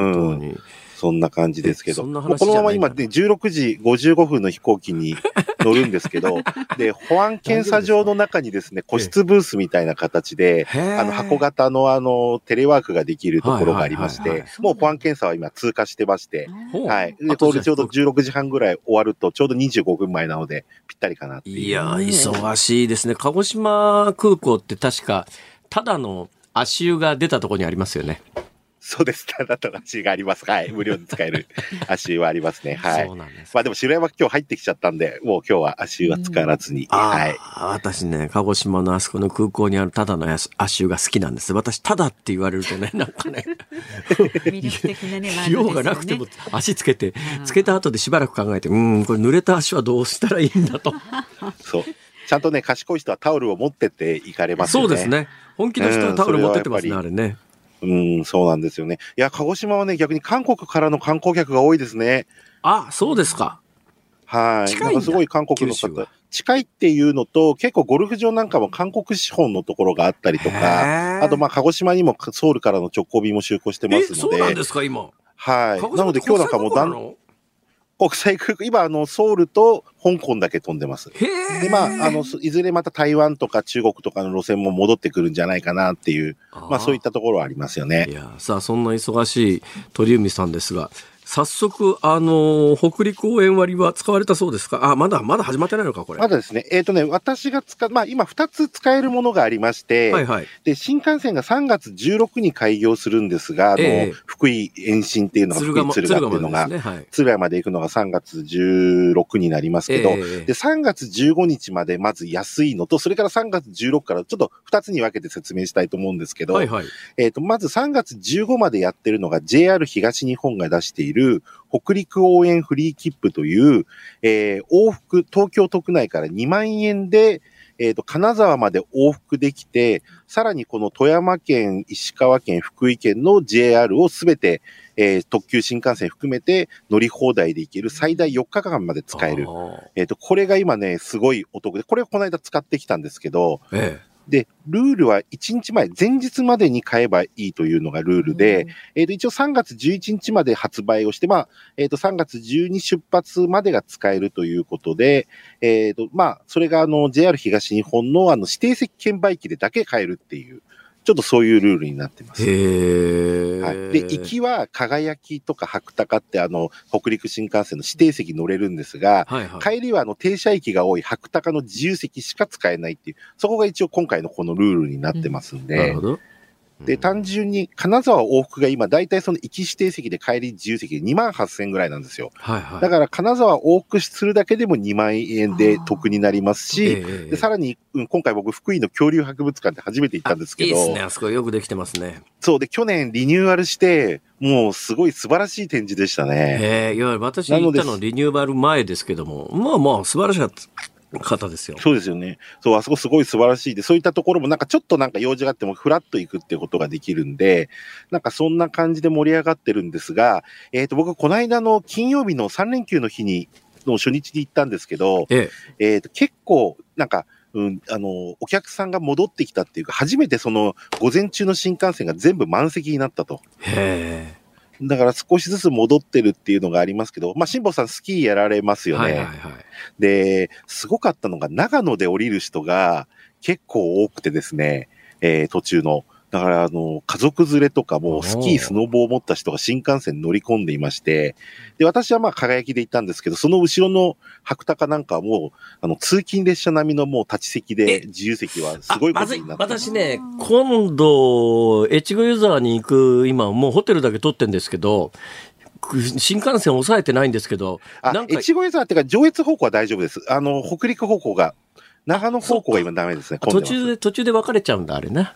Speaker 4: そんな感じですけど、もうこのまま今ね、じゅうろくじごじゅうごふんの飛行機に乗るんですけど、で、保安検査場の中にですね、個室ブースみたいな形で、あの、箱型のあの、テレワークができるところがありまして、もう保安検査は今通過してまして、はい。で、これちょうどじゅうろくじはんぐらい終わると、ちょうどにじゅうごふんまえなので、ぴったりかなっていう。
Speaker 2: いや、忙しいですね。鹿児島空港って確か、ただの足湯が出たところにありますよね。
Speaker 4: そうです。ただと足湯があります。はい。無料で使える足湯はありますね。はい。
Speaker 2: そうなんです。
Speaker 4: まあでも城山今日入ってきちゃったんで、もう今日は足湯は使わずに。はい。
Speaker 2: 私ね、鹿児島のあそこの空港にあるただの足湯が好きなんです。私、ただって言われるとね、なんかね。
Speaker 3: 魅力的なね、
Speaker 2: 用がなくても足つけて、つけた後でしばらく考えて、うん、これ濡れた足はどうしたらいいんだと。
Speaker 4: そう。ちゃんとね、賢い人はタオルを持ってって行かれますよね。
Speaker 2: そうですね。本気の人はタオル持ってってますね、あれね。
Speaker 4: うん、そうなんですよね。いや、鹿児島はね、逆に韓国からの観光客が多いですね。
Speaker 2: あ、そうですか。
Speaker 4: はい。なんかすごい韓国の方、近いっていうのと、結構ゴルフ場なんかも韓国資本のところがあったりとか、あとまあ鹿児島にもソウルからの直行便も就航してますので。
Speaker 2: そうなんですか、今。
Speaker 4: はい。なので今日なんかもうだん、国際空港、今あのソウルと香港だけ飛んでます。で、まあ、あの、いずれまた台湾とか中国とかの路線も戻ってくるんじゃないかなっていう、あまあそういったところはありますよね。
Speaker 2: いや、さあそんな忙しい鳥海さんですが、早速、あの、北陸応援割は使われたそうですか。あ、まだ、まだ始まってないのか、これ。
Speaker 4: まだですね。えっとね、私が使う、まあ今ふたつ使えるものがありまして、はいはい。で、新幹線がさんがつじゅうろくに開業するんですが、あの、えー、福井延伸っていうのが、福井敦賀っていうのが、敦賀まで行くのがさんがつじゅうろくになりますけど、えー、で、さんがつじゅうごにちまでまず安いのと、それからさんがつじゅうろくからちょっとふたつに分けて説明したいと思うんですけど、はいはい。えっと、まずさんがつじゅうごまでやってるのが ジェイアール 東日本が出している、北陸応援フリー切符という、えー、往復、東京都区内からにまんえんで、えっと、金沢まで往復できて、さらにこの富山県、石川県、福井県の ジェイアール をすべて、えー、特急新幹線含めて乗り放題で行ける最大よっかかんまで使える。えっと、これが今ね、すごいお得で、これこの間使ってきたんですけど、ええで、ルールはいちにちまえ、前日までに買えばいいというのがルールで、えっと、一応さんがつじゅういちにちまで発売をして、まあ、えっと、さんがつじゅうに出発までが使えるということで、えっと、まあ、それがあの、ジェイアール 東日本のあの、指定席券売機でだけ買えるっていう、ちょっとそういうルールになってます。
Speaker 2: へー。
Speaker 4: はい。で、行きは、輝きとか白鷹ってあの、北陸新幹線の指定席乗れるんですが、はいはい、帰りはあの、停車駅が多い白鷹の自由席しか使えないっていう、そこが一応今回のこのルールになってますんで、うん、なるほど。で、単純に金沢往復が今だいたいその行き指定席で帰り自由席でにまんはっせんえんぐらいなんですよ。はいはい。だから金沢往復するだけでもにまんえんで得になりますし、えー、でさらに、うん、今回僕福井の恐竜博物館って初めて行ったんですけど。
Speaker 2: いいですね。あそこよくできてますね。
Speaker 4: そうで、去年リニューアルして、もうすごい素晴らしい展示でしたね。
Speaker 2: ええー、いわゆる私行ったのリニューアル前ですけども、まあまあ素晴らしかった。方ですよ。
Speaker 4: そうですよね。そう、あそこすごい素晴らしいで、そういったところもなんかちょっとなんか用事があってもフラッと行くっていうことができるんで、なんかそんな感じで盛り上がってるんですが、えっと、僕この間の金曜日のさんれんきゅうの日に、の初日に行ったんですけど、えええーと、結構なんか、うん、あの、お客さんが戻ってきたっていうか、初めてその午前中の新幹線が全部満席になったと。へー。だから少しずつ戻ってるっていうのがありますけど、まあ、辛坊さんスキーやられますよね。はいはいはい。で、すごかったのが長野で降りる人が結構多くてですね、えー、途中の。だから、あの、家族連れとかもスキー、スノボを持った人が新幹線に乗り込んでいまして、で、私はまあ、輝きで行ったんですけど、その後ろの白鷹なんかはもう、あの、通勤列車並みのもう立ち席で、自由席はすごいことになってます。
Speaker 2: 私ね、今度、越後湯沢に行く、今、もうホテルだけ取ってるんですけど、新幹線抑えてないんですけど、
Speaker 4: なんか越後湯沢っていうか、上越方向は大丈夫です。あの、北陸方向が、長野方向が今ダメですね。
Speaker 2: 途中で、途中で分かれちゃうんだ、あれね。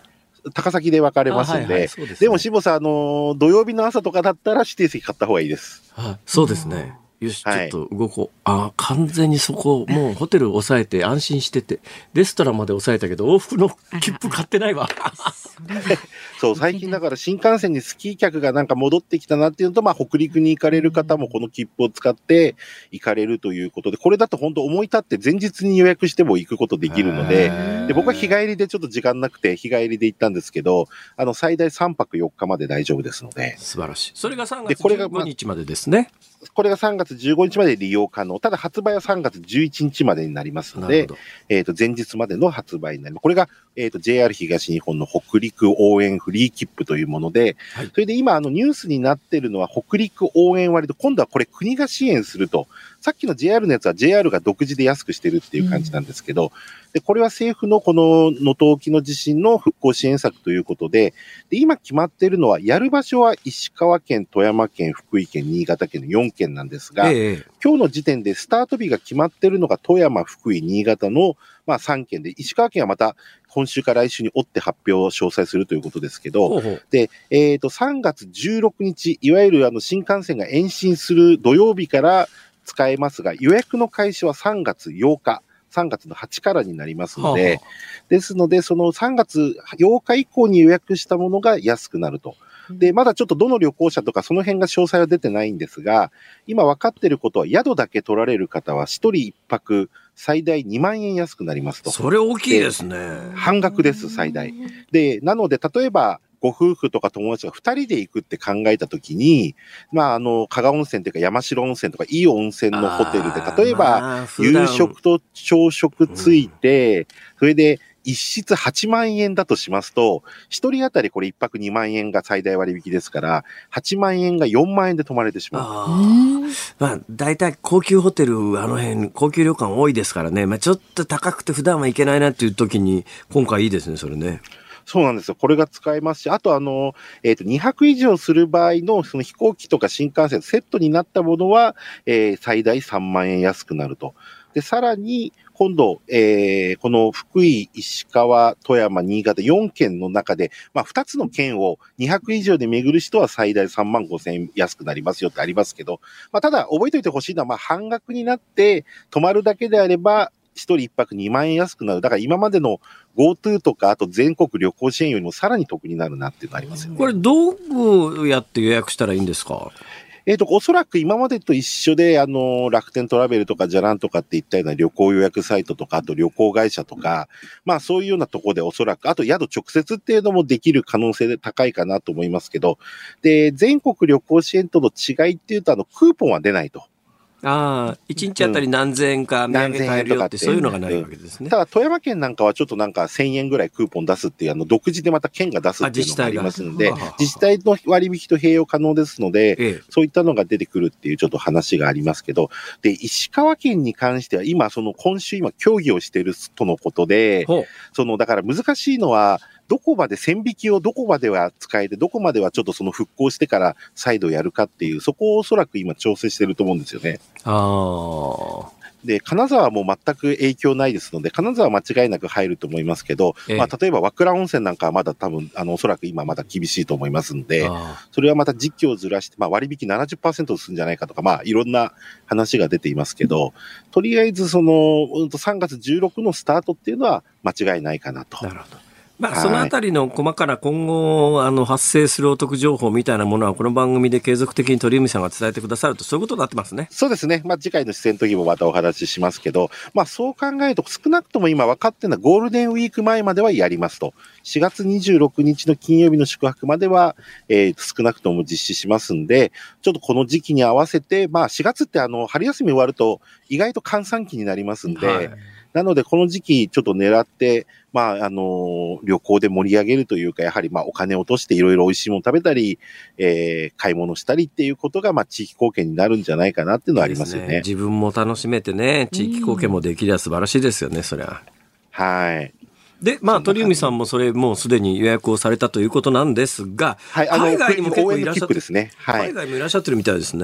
Speaker 4: 高崎で分かれますんで、はいはい、で, ね、でも辛坊さん、あの土曜日の朝とかだったら指定席買った方がいいです。
Speaker 2: あ、そうですね。よし、ちょっと動こう。はい、あ、完全にそこ、もうホテル抑えて安心してて、レストランまで抑えたけど、往復の切符買ってないわ。
Speaker 4: そう、最近だから新幹線にスキー客がなんか戻ってきたなっていうのと、まあ北陸に行かれる方もこの切符を使って行かれるということで、これだと本当思い立って前日に予約しても行くことできるので、で僕は日帰りでちょっと時間なくて日帰りで行ったんですけど、あの最大さんぱくよっかまで大丈夫ですので。
Speaker 2: 素晴らしい。それがさんがつじゅうごにちまでですね。
Speaker 4: これがさんがつじゅうごにちまで利用可能。ただ発売はさんがつじゅういちにちまでになりますので、えっと、前日までの発売になります。これが、えっと、ジェイアール 東日本の北陸応援フリー切符というもので、はい、それで今、あの、ニュースになっているのは北陸応援割と、今度はこれ国が支援すると。さっきの ジェイアール のやつは ジェイアール が独自で安くしてるっていう感じなんですけど、うん、で、これは政府のこの能登沖の地震の復興支援策ということで、で、今決まっているのは、やる場所は石川県、富山県、福井県、新潟県のよんけんなんですが、ええ、今日の時点でスタート日が決まっているのが富山、福井、新潟の、まあ、さんけんで、石川県はまた今週から来週に追って発表を詳細するということですけど、ほうほう、で、えっと、さんがつじゅうろくにち、いわゆるあの新幹線が延伸する土曜日から使えますが、予約の開始はさんがつようか。さんがつのはちからになりますので、はあ、ですので、そのさんがつようか以降に予約したものが安くなると。で、まだちょっとどの旅行者とかその辺が詳細は出てないんですが、今分かっていることは宿だけ取られる方はひとりいっぱく最大にまんえん安くなりますと。
Speaker 2: それ大きいですね。
Speaker 4: 半額です、最大。で、なので、例えば、ご夫婦とか友達がふたりで行くって考えたときに、まあ、あの、加賀温泉というか山城温泉とかいい温泉のホテルで、例えば、まあ、夕食と朝食ついて、うん、それで一室はちまんえんだとしますと、一人当たりこれ一泊にまんえんが最大割引ですから、はちまんえんがよんまんえんで泊まれてしまう。あ
Speaker 2: まあ、大体高級ホテル、あの辺、高級旅館多いですからね、まあ、ちょっと高くて普段は行けないなっていう時に、今回いいですね、それね。
Speaker 4: そうなんですよ。これが使えますし、あとあの、えっと、にはく以上する場合の、その飛行機とか新幹線セットになったものは、えー、最大さんまんえん安くなると。で、さらに、今度、えー、この福井、石川、富山、新潟よんけんの中で、まあ、ふたつの県をにはく以上で巡る人は最大さんまんごせんえん安くなりますよってありますけど、まあ、ただ、覚えておいてほしいのは、まあ、半額になって、泊まるだけであれば、一人一泊にまんえん安くなる。だから今までの GoTo とか、あと全国旅行支援よりもさらに得になるなっていうのがありますよね。
Speaker 2: これどうやって予約したらいいんですか？
Speaker 4: えっと、おそらく今までと一緒で、あの、楽天トラベルとかじゃらんとかっていったような旅行予約サイトとか、あと旅行会社とか、まあそういうようなところでおそらく、あと宿直接っていうのもできる可能性で高いかなと思いますけど、で、全国旅行支援との違いっていうと、あの、クーポンは出ないと。
Speaker 2: ああ、いちにちあたり何千円か土産買えるよって、そういうのがないわけですね。
Speaker 4: ただ、富山県なんかはちょっとなんかせんえんぐらいクーポン出すっていう、あの、独自でまた県が出すっていうのがありますので、自治体の割引と併用可能ですので、ええ、そういったのが出てくるっていうちょっと話がありますけど、で、石川県に関しては今、その今週今協議をしているとのことで、その、だから難しいのは、どこまで線引きをどこまでは使えて、どこまではちょっとその復興してから再度やるかっていう、そこをおそらく今調整してると思うんですよね。あで、金沢も全く影響ないですので、金沢は間違いなく入ると思いますけど、まあ、例えば和倉温泉なんかはまだ多分、あの、おそらく今まだ厳しいと思いますんで、それはまた時期をずらして、まあ、割引 ななじゅっパーセント するんじゃないかとか、まあ、いろんな話が出ていますけど、とりあえずその、さんがつじゅうろくのスタートっていうのは間違いないかなと。なるほど。
Speaker 2: まあ、そのあたりの細かな今後あの発生するお得情報みたいなものはこの番組で継続的に鳥海さんが伝えてくださるとそういうことになってますね。
Speaker 4: そうですね。まあ次回の出演の時もまたお話ししますけど、まあそう考えると少なくとも今分かってるのはゴールデンウィーク前まではやりますと。しがつにじゅうろくにちの金曜日の宿泊までは、えー、少なくとも実施しますんで、ちょっとこの時期に合わせて、まあしがつってあの春休み終わると意外と閑散期になりますんで、はい、なのでこの時期ちょっと狙って、まあ、あの、旅行で盛り上げるというか、やはりまあお金を落としていろいろ美味しいもの食べたり、えー、買い物したりっていうことが、まあ地域貢献になるんじゃないかなっていうのはありますよね。ね、
Speaker 2: 自分も楽しめてね、地域貢献もできりゃ素晴らしいですよね、そりゃ。
Speaker 4: はい。
Speaker 2: で、まあ、鳥海さんもそれもうすでに予約をされたということなんですが、
Speaker 4: はい、あの、海外にも結構いらっしゃって、
Speaker 2: ね、はい、海外もいらっしゃってるみたいですね。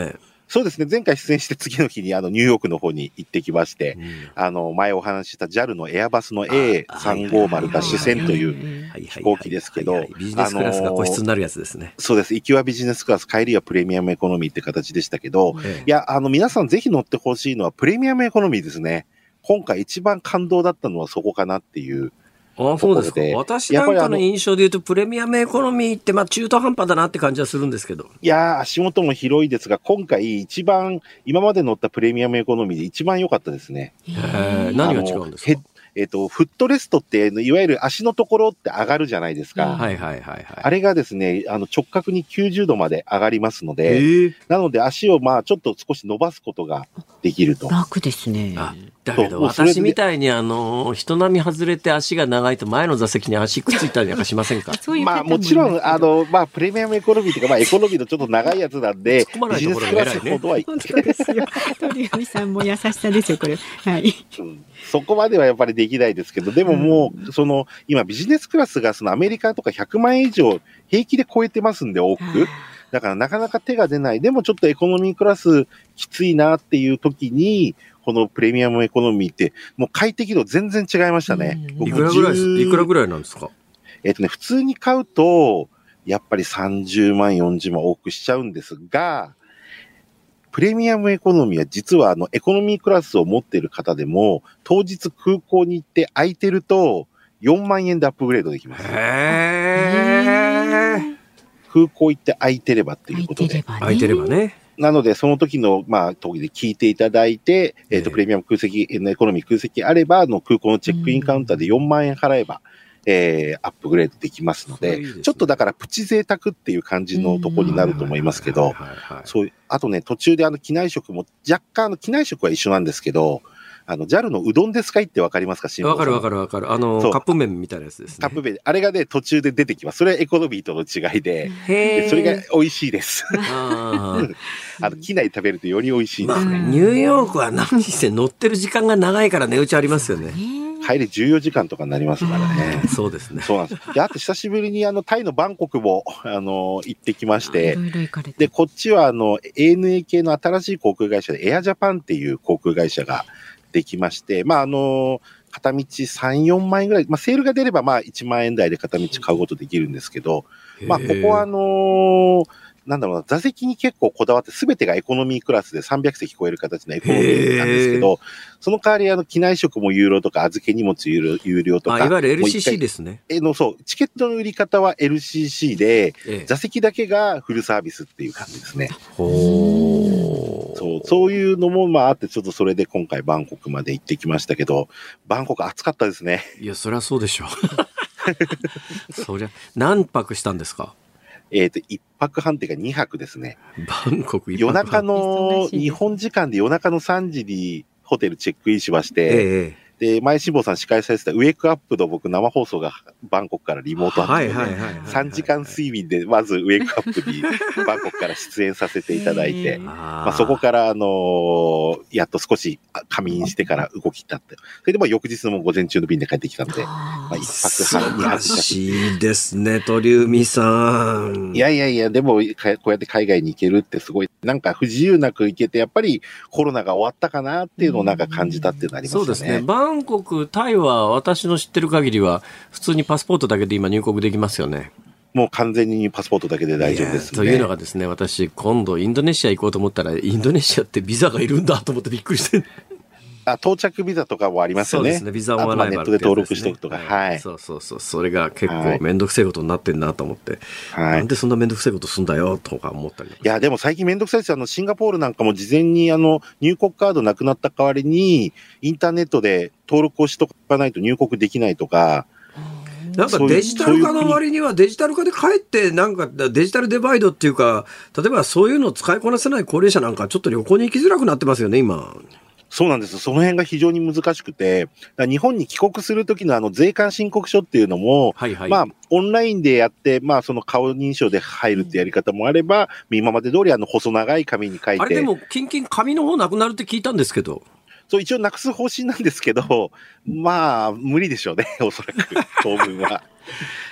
Speaker 4: そうですね。前回出演して次の日にあのニューヨークの方に行ってきまして、うん、あの前お話しした ジャル のエアバスの エーさんごーまる ダッシュせんという飛行機ですけど、
Speaker 2: ビジネスクラスが個室になるやつですね。
Speaker 4: そうです。行きはビジネスクラス、帰りはプレミアムエコノミーって形でしたけど、ええ、いや、あの皆さんぜひ乗ってほしいのはプレミアムエコノミーですね。今回一番感動だったのはそこかなっていう。
Speaker 2: ああ、そうですか。私なんかの印象で言うと、プレミアムエコノミーって、まあ中途半端だなって感じはするんですけど。
Speaker 4: いやー、足元も広いですが、今回一番、今まで乗ったプレミアムエコノミーで一番良かったですね。
Speaker 2: へー、何が違うんですか？
Speaker 4: えっと、フットレストって、いわゆる足のところって上がるじゃないですか。
Speaker 2: はいはいはいはい。
Speaker 4: あれがですね、あの直角にきゅうじゅうどまで上がりますので、なので足をまあちょっと少し伸ばすことができると。
Speaker 3: 楽ですね。
Speaker 2: あ、だけど私みたいにあの、人並み外れて足が長いと前の座席に足くっついたりなんかしませんか？
Speaker 3: そういう
Speaker 4: まあもちろん、あの、まあプレミアムエコノミーというか、まあエコノミーのちょっと長いやつなんで、
Speaker 2: ビジネスクラスほどはいい。
Speaker 3: 本当ですよ。鳥海さんも優しさですよ、これ。はい。
Speaker 4: うんそこまではやっぱりできないですけど、でももう、その、今ビジネスクラスがそのアメリカとかひゃくまんえん以上平気で超えてますんで、多く。だからなかなか手が出ない。でもちょっとエコノミークラスきついなっていう時に、このプレミアムエコノミーって、もう快適度全然違いましたね。
Speaker 2: いくらぐらいです？いくらぐらいなんですか？
Speaker 4: えっとね、普通に買うと、やっぱりさんじゅうまん、よんじゅうまん多くしちゃうんですが、プレミアムエコノミーは実はあのエコノミークラスを持っている方でも当日空港に行って空いてるとよんまんえんでアップグレードできます。
Speaker 2: へー。
Speaker 4: 空港行って空いてればっていうことで。
Speaker 2: 空いてればね。
Speaker 4: なのでその時のまあ時で聞いていただいて、えっとプレミアム空席エコノミー空席あればの空港のチェックインカウンターでよんまんえん払えば。えー、アップグレードできますので、いいですね、ちょっとだからプチ贅沢っていう感じのとこになると思いますけど、そういう、あとね、途中であの機内食も若干あの機内食は一緒なんですけど、あの ジャル のうどんですかいってわかりますか？
Speaker 2: わかるわかるわかる。あのカップ麺みたいなやつですね。
Speaker 4: カップ麺、あれがね途中で出てきます。それはエコノミーとの違いで、でそれが美味しいです。ああの機内食べるとより美味しいですね。
Speaker 2: まあ、ニューヨークは何して乗ってる時間が長いから値打ちありますよね。
Speaker 4: 帰りじゅうよじかんとかになりますからね。
Speaker 2: そうですね。
Speaker 4: そうなんです。で、あと久しぶりにあのタイのバンコクもあの行ってきまして、でこっちはあの エーエヌエー 系の新しい航空会社でエアジャパンっていう航空会社ができまして、まああの片道さん、よんまんえんぐらい、まあセールが出ればまあいちまんえん台で片道買うことできるんですけど、まあここはあのーなんだろうな、座席に結構こだわって全てがエコノミークラスでさんびゃくせき超える形のエコノミーなんですけど、その代わりあの機内食も有料とか預け荷物有料、有料とか。
Speaker 2: いわゆる エルシーシー ですね。
Speaker 4: えの、そう、チケットの売り方は エルシーシー で、ええ、座席だけがフルサービスっていう感じですね。ほー。そう、そういうのもまああってちょっとそれで今回バンコクまで行ってきましたけど、バンコク暑かったですね。
Speaker 2: いや、そりゃそうでしょう。そりゃ、何泊したんですか？
Speaker 4: えっと、一泊半っていうか二泊ですね。
Speaker 2: バンコク一
Speaker 4: 泊半。夜中の、日本時間で夜中のさんじにホテルチェックインしまして、ええ、で、前辛坊さん司会されてたウェイクアップの僕生放送がバンコクからリモートあって、さんじかん睡眠でまずウェイクアップにバンコクから出演させていただいて、まあそこからあのー、やっと少し仮眠してから動き立って、それでまあ翌日の午前中の便で帰ってきたので、まあ一泊半に泊。
Speaker 2: 素晴らしいですね、鳥海さん。
Speaker 4: いやいやいや、でもこうやって海外に行けるってすごい、なんか不自由なく行けて、やっぱりコロナが終わったかなっていうのをなんか感じたっていうのありますね。
Speaker 2: そうですね。バンコク、タイは私の知ってる限りは普通にパスポートだけで今入国できますよね。
Speaker 4: もう完全にパスポートだけで大丈夫ですね。
Speaker 2: というのがですね、私今度インドネシア行こうと思ったらインドネシアってビザがいるんだと思ってびっくりして
Speaker 4: あ、到着ビザとかもありますよね。
Speaker 2: そうですね。ビザオンアライバルってやつですね。
Speaker 4: ネットで登録しておくとか、はい。
Speaker 2: そうそうそう。それが結構めんどくせえことになってんなと思って、はい、なんでそんなめんどくせえことすんだよとか思ったり。
Speaker 4: いや、でも最近めんどくさいですよ。あの、シンガポールなんかも事前にあの、入国カードなくなった代わりに、インターネットで登録をしとかないと入国できないとか、
Speaker 2: なんかデジタル化の割にはデジタル化でかえってなんかデジタルデバイドっていうか、例えばそういうのを使いこなせない高齢者なんかちょっと旅行に行きづらくなってますよね、今。
Speaker 4: そうなんです。その辺が非常に難しくて、日本に帰国するときのあの税関申告書っていうのも、はいはい、まあ、オンラインでやって、まあ、その顔認証で入るってやり方もあれば、今まで通りあの細長い紙に書いて。
Speaker 2: あれでも、近々紙の方なくなるって聞いたんですけど。
Speaker 4: そう、一応なくす方針なんですけど、まあ、無理でしょうね、おそらく、当分は。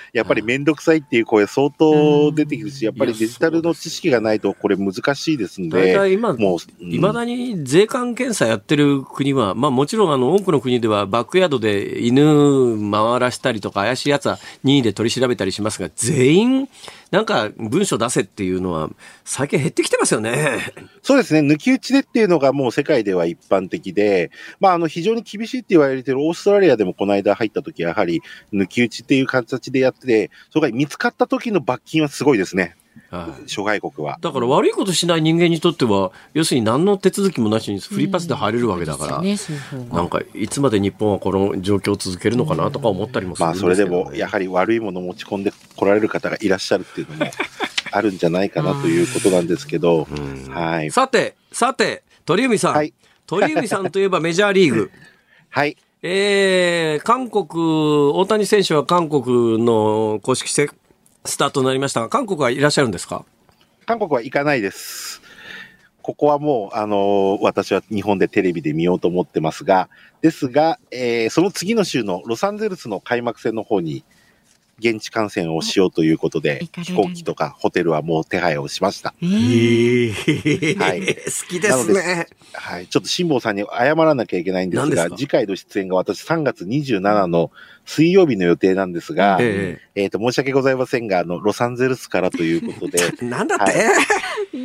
Speaker 4: やっぱり面倒くさいっていう声相当出てくるし、やっぱりデジタルの知識がないとこれ難しいですんで、
Speaker 2: 大体今、もう、いまだに税関検査やってる国は、まあもちろんあの多くの国ではバックヤードで犬回らしたりとか怪しいやつは任意で取り調べたりしますが、全員なんか文書出せっていうのは最近減ってきてますよね。
Speaker 4: そうですね。抜き打ちでっていうのがもう世界では一般的で、まああの非常に厳しいって言われているオーストラリアでもこの間入った時やはり抜き打ちっていう形でやってて、それが見つかった時の罰金はすごいですね。はい、諸外国は。
Speaker 2: だから悪いことしない人間にとっては、要するに何の手続きもなしにフリーパスで入れるわけだから、うんね、なんかいつまで日本はこの状況を続けるのかなとか思ったりもするんですけど、ね、
Speaker 4: まあそれでもやはり悪いものを持ち込んで来られる方がいらっしゃるっていうのもあるんじゃないかなということなんですけど、はい、
Speaker 2: さてさて鳥海さん、はい、鳥海さんといえばメジャーリーグ
Speaker 4: はい、
Speaker 2: えー、韓国大谷選手は韓国の公式戦スタートになりましたが、韓国はいらっしゃるんですか？
Speaker 4: 韓国は行かないです。ここはもう、あのー、私は日本でテレビで見ようと思ってますが、ですが、えー、その次の週のロサンゼルスの開幕戦の方に現地観戦をしようということで、飛行機とかホテルはもう手配をしました。
Speaker 2: えー、はい。好きですね。
Speaker 4: はい。ちょっと辛坊さんに謝らなきゃいけないんですが、次回の出演が私さんがつにじゅうしちにちの水曜日の予定なんですが、えー、えーと、申し訳ございませんが、あの、ロサンゼルスからということで。
Speaker 2: なんだって、はい、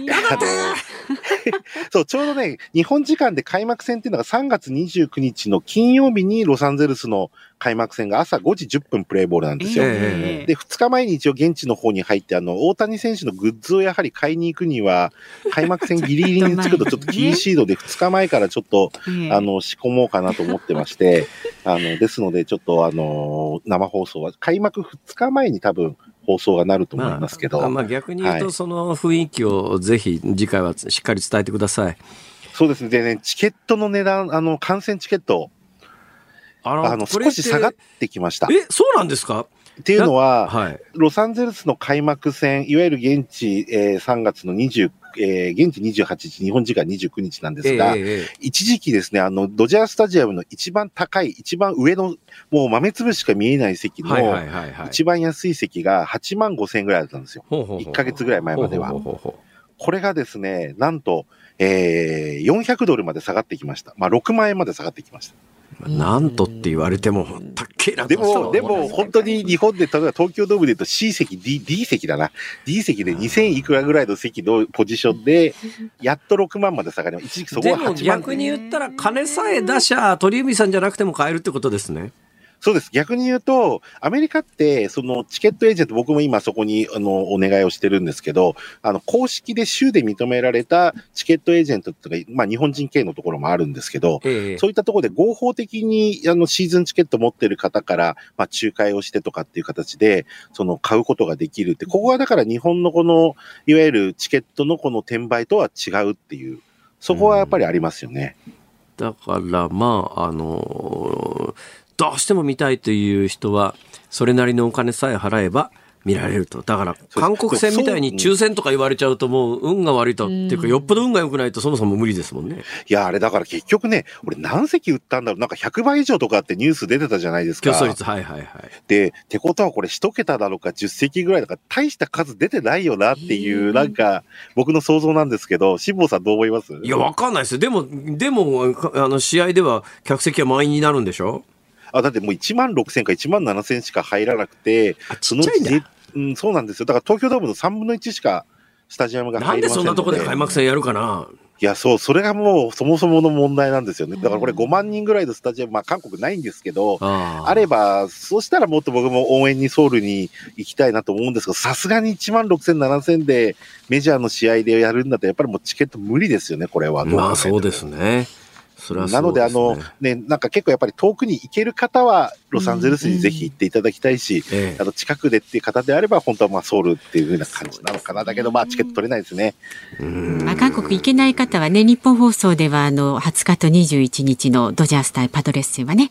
Speaker 4: なんだってそう、ちょうどね、日本時間で開幕戦っていうのがさんがつにじゅうくにちの金曜日にロサンゼルスの開幕戦が朝ごじじゅっぷんプレーボールなんですよ。えー、で、ふつかまえに一応現地の方に入って、あの、大谷選手のグッズをやはり買いに行くには、開幕戦ギリギリに着くとちょっと厳しいので、ふつかまえからちょっと、あの、仕込もうかなと思ってまして、あの、ですので、ちょっとあの、生放送は、開幕ふつかまえに多分、放送がなると思いますけど。
Speaker 2: まあ、まあ逆に言うと、その雰囲気をぜひ次回はしっかり伝えてください。
Speaker 4: そうですね。でね、チケットの値段、あの、観戦チケット、あの、あの少し下がってきました。
Speaker 2: え、そうなんですか？
Speaker 4: っていうのは、はい、ロサンゼルスの開幕戦、いわゆる現地、えー、さんがつのにじゅう、えー、現地にじゅうはちにち、日本時間にじゅうくにちなんですが、えー、一時期ですね、あの、ドジャースタジアムの一番高い、一番上の、もう豆粒しか見えない席の、一番安い席がはちまんごせんえんぐらいだったんですよ。いっかげつぐらい前までは。ほうほうほうほう、これがですね、なんと、えー、よんひゃくドルまで下がってきました。まあ、ろくまんえんまで下がってきました。
Speaker 2: なんとって言われても、たっけな。
Speaker 4: でも、でも、本当に日本で、例えば東京ドームで言うと C 席、D、D 席だな。D 席でにせんいくらぐらいの席のポジションで、やっとろくまんまで下がります。一時期そこははちまん。
Speaker 2: でも逆に言ったら、金さえ出しゃ、鳥海さんじゃなくても買えるってことですね。
Speaker 4: そうです。逆に言うと、アメリカって、そのチケットエージェント、僕も今そこに、あの、お願いをしてるんですけど、あの、公式で州で認められたチケットエージェントとか、まあ、日本人系のところもあるんですけど、ええ、そういったところで合法的に、あの、シーズンチケット持ってる方から、まあ、仲介をしてとかっていう形で、その、買うことができるって、ここはだから日本のこの、いわゆるチケットのこの転売とは違うっていう、そこはやっぱりありますよね。
Speaker 2: だから、まあ、あのー、どうしても見たいという人はそれなりのお金さえ払えば見られると。だから韓国戦みたいに抽選とか言われちゃうともう運が悪いと、っていうかよっぽど運が良くないとそもそも無理ですもんね。
Speaker 4: いやあれだから結局ね、俺何席売ったんだろう、なんかひゃくばい以上とかってニュース出てたじゃないですか。
Speaker 2: 競争率、はいはいはい。
Speaker 4: でってことはこれ一桁だろうかじゅっせきぐらいだから大した数出てないよなっていうなんか僕の想像なんですけど、辛坊さんどう思います？
Speaker 2: いやわかんないですよ。でもでもあの試合では客席は満員になるんでしょ。
Speaker 4: あ、だってもういちまんろくせんかいちまんななせんしか入らなくて、
Speaker 2: そのうち、
Speaker 4: うん、そうなんですよ。だから東京ドームのさんぶんのいちしかスタジアムが入りませんので。
Speaker 2: なんでそんなとこで開幕戦やるかな。
Speaker 4: いや、そう、それがもうそもそもの問題なんですよね。だからこれごまんにんぐらいのスタジアム、まあ韓国ないんですけど、あ, あれば、そうしたらもっと僕も応援にソウルに行きたいなと思うんですけど、さすがにいちまんろくせん、ななせんでメジャーの試合でやるんだったらやっぱりもうチケット無理ですよね、これは。
Speaker 2: まあそうですね。それはそうですね。
Speaker 4: なので、あの、ね、なんか結構やっぱり遠くに行ける方は、ロサンゼルスにぜひ行っていただきたいし、うんうん、あの近くでっていう方であれば、本当はまあソウルっていう風な感じなのかな。だけど、まあチケット取れないですね。
Speaker 3: うん、まあ、韓国行けない方はね、日本放送では、あの、はつかとにじゅういちにちのドジャース対パドレス戦はね、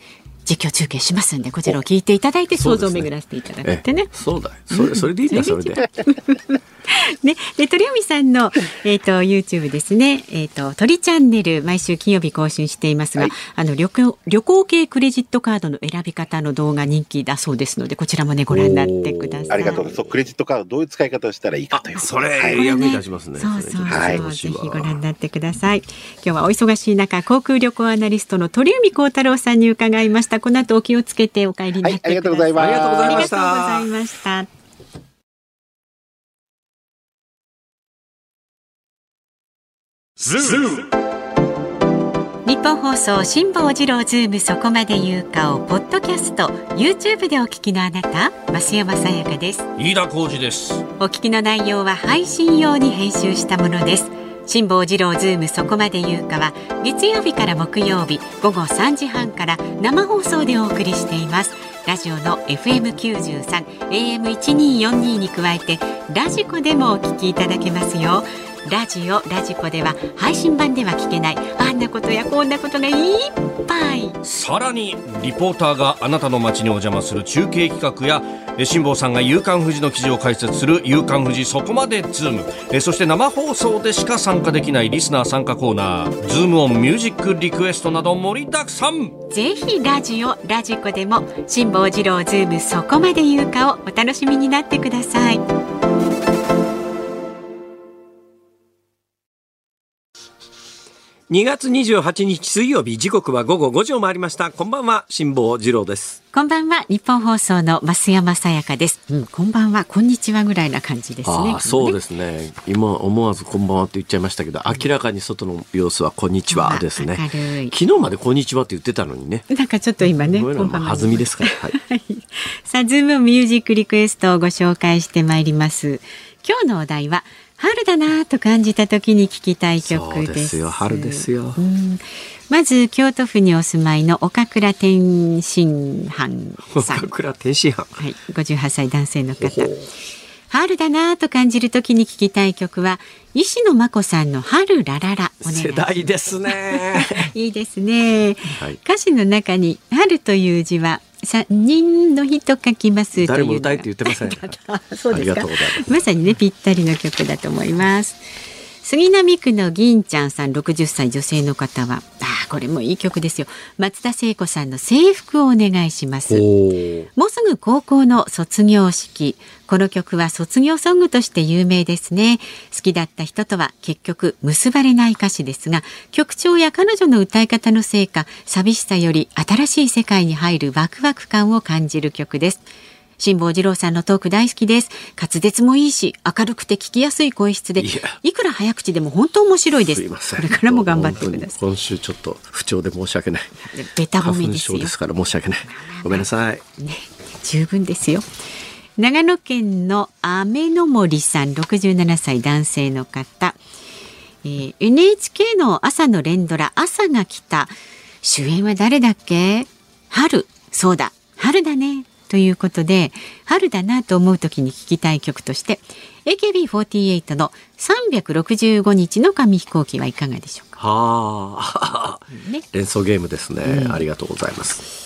Speaker 3: 実況中継しますんで、こちらを聞いていただいて想像を巡らせていただいてね。
Speaker 2: そうだよ、それそれでいいんだ、それで
Speaker 3: ね、で鳥海さんの、えー、と YouTube ですね、えー、と鳥チャンネル毎週金曜日更新していますが、はい、あの旅行旅行系クレジットカードの選び方の動画人気だそうですので、こちらもねご覧になってください。
Speaker 4: ありがとう。そう、クレジットカードどういう使い方をしたらいいかということ、
Speaker 2: それ、はい、役に立ちますね。
Speaker 3: そうそうそう、
Speaker 4: はい、
Speaker 3: ぜひご覧になってください。今日はお忙しい中、航空旅行アナリストの鳥海高太郎さんに伺いました。この後お気をつけてお帰りになってください。はい、ありがとうございます。
Speaker 2: ありがとうございました。
Speaker 3: ありがとうございました。日本放送辛坊治郎ズームそこまで言うかをポッドキャスト YouTube でお聞きのあなた、増山さやかです。
Speaker 2: 飯田浩司です。
Speaker 3: お聞きの内容は配信用に編集したものです。辛坊治郎ズームそこまで言うかは月曜日から木曜日午後さんじはんから生放送でお送りしています。ラジオの エフエムきゅうじゅうさん、エーエムせんにひゃくよんじゅうに に加えてラジコでもお聞きいただけますよ。ラジオ、ラジコでは配信版では聞けないあんなことやこんなことがいっぱい。
Speaker 2: さらにリポーターがあなたの街にお邪魔する中継企画や、辛坊さんが夕刊フジの記事を解説する夕刊フジそこまでズーム、えそして生放送でしか参加できないリスナー参加コーナーズームオンミュージックリクエストなど盛りだくさん。
Speaker 3: ぜひラジオ、ラジコでも辛坊治郎ズームそこまで言うかをお楽しみになってください。
Speaker 2: にがつにじゅうはちにち水曜日、時刻は午後ごじを回りました。こんばんは、辛坊治郎です。
Speaker 3: こんばんは、日本放送の増山さやかです、うん、こんばんは、こんにちはぐらいな感じですね。
Speaker 2: あ、そうですね。今思わずこんばんはって言っちゃいましたけど、明らかに外の様子はこんにちはですね。昨日までこんにちはって言ってたのにね。
Speaker 3: なんかちょっと今ね、こんばんは
Speaker 2: 弾みですから。はい、
Speaker 3: さあ、ズームミュージックリクエストをご紹介してまいります。今日のお題は春だなと感じた時に聴きたい曲です。
Speaker 2: そうですよ、春ですよ。
Speaker 3: うん、まず京都府にお住まいの岡倉天津飯さん。
Speaker 2: 岡倉天津飯、
Speaker 3: はい、ごじゅうはっさい男性の方。春だなと感じる時に聴きたい曲は石野真子さんの春ラララ。お願いします。
Speaker 2: 世代ですね。
Speaker 3: いいですね、はい、歌詞の中に春という字は三人の日と書きますというのが
Speaker 2: 誰も歌えって言ってません。
Speaker 3: そうですか。まさにね、ぴったりの曲だと思います。杉並区の銀ちゃんさん、ろくじゅっさい女性の方は、あ、これもいい曲ですよ。松田聖子さんの制服をお願いします。もうすぐ高校の卒業式。この曲は卒業ソングとして有名ですね。好きだった人とは結局結ばれない歌詞ですが、曲調や彼女の歌い方のせいか、寂しさより新しい世界に入るワクワク感を感じる曲です。辛坊治郎さんのトーク大好きです。滑舌もいいし、明るくて聞きやすい声質で、いくら早口でも本当面白いです。
Speaker 2: すいません、
Speaker 3: これからも頑張ってください。
Speaker 2: 今週ちょっと不調で申し訳ない。
Speaker 3: ベタ褒めですよ。
Speaker 2: 花粉症ですから申し訳ない。ごめんなさい。
Speaker 3: ね、十分ですよ。長野県の雨の森さん、ろくじゅうななさい男性の方、えー、エヌエイチケー の朝の連ドラ朝が来た。主演は誰だっけ？春。そうだ、春だね。ということで、春だなと思う時に聴きたい曲として エーケービーフォーティーエイト のさんびゃくろくじゅうごにちの紙飛行機はいかがでしょうか。
Speaker 2: はあ、ね、連想ゲームですね、うん、ありがとうございます。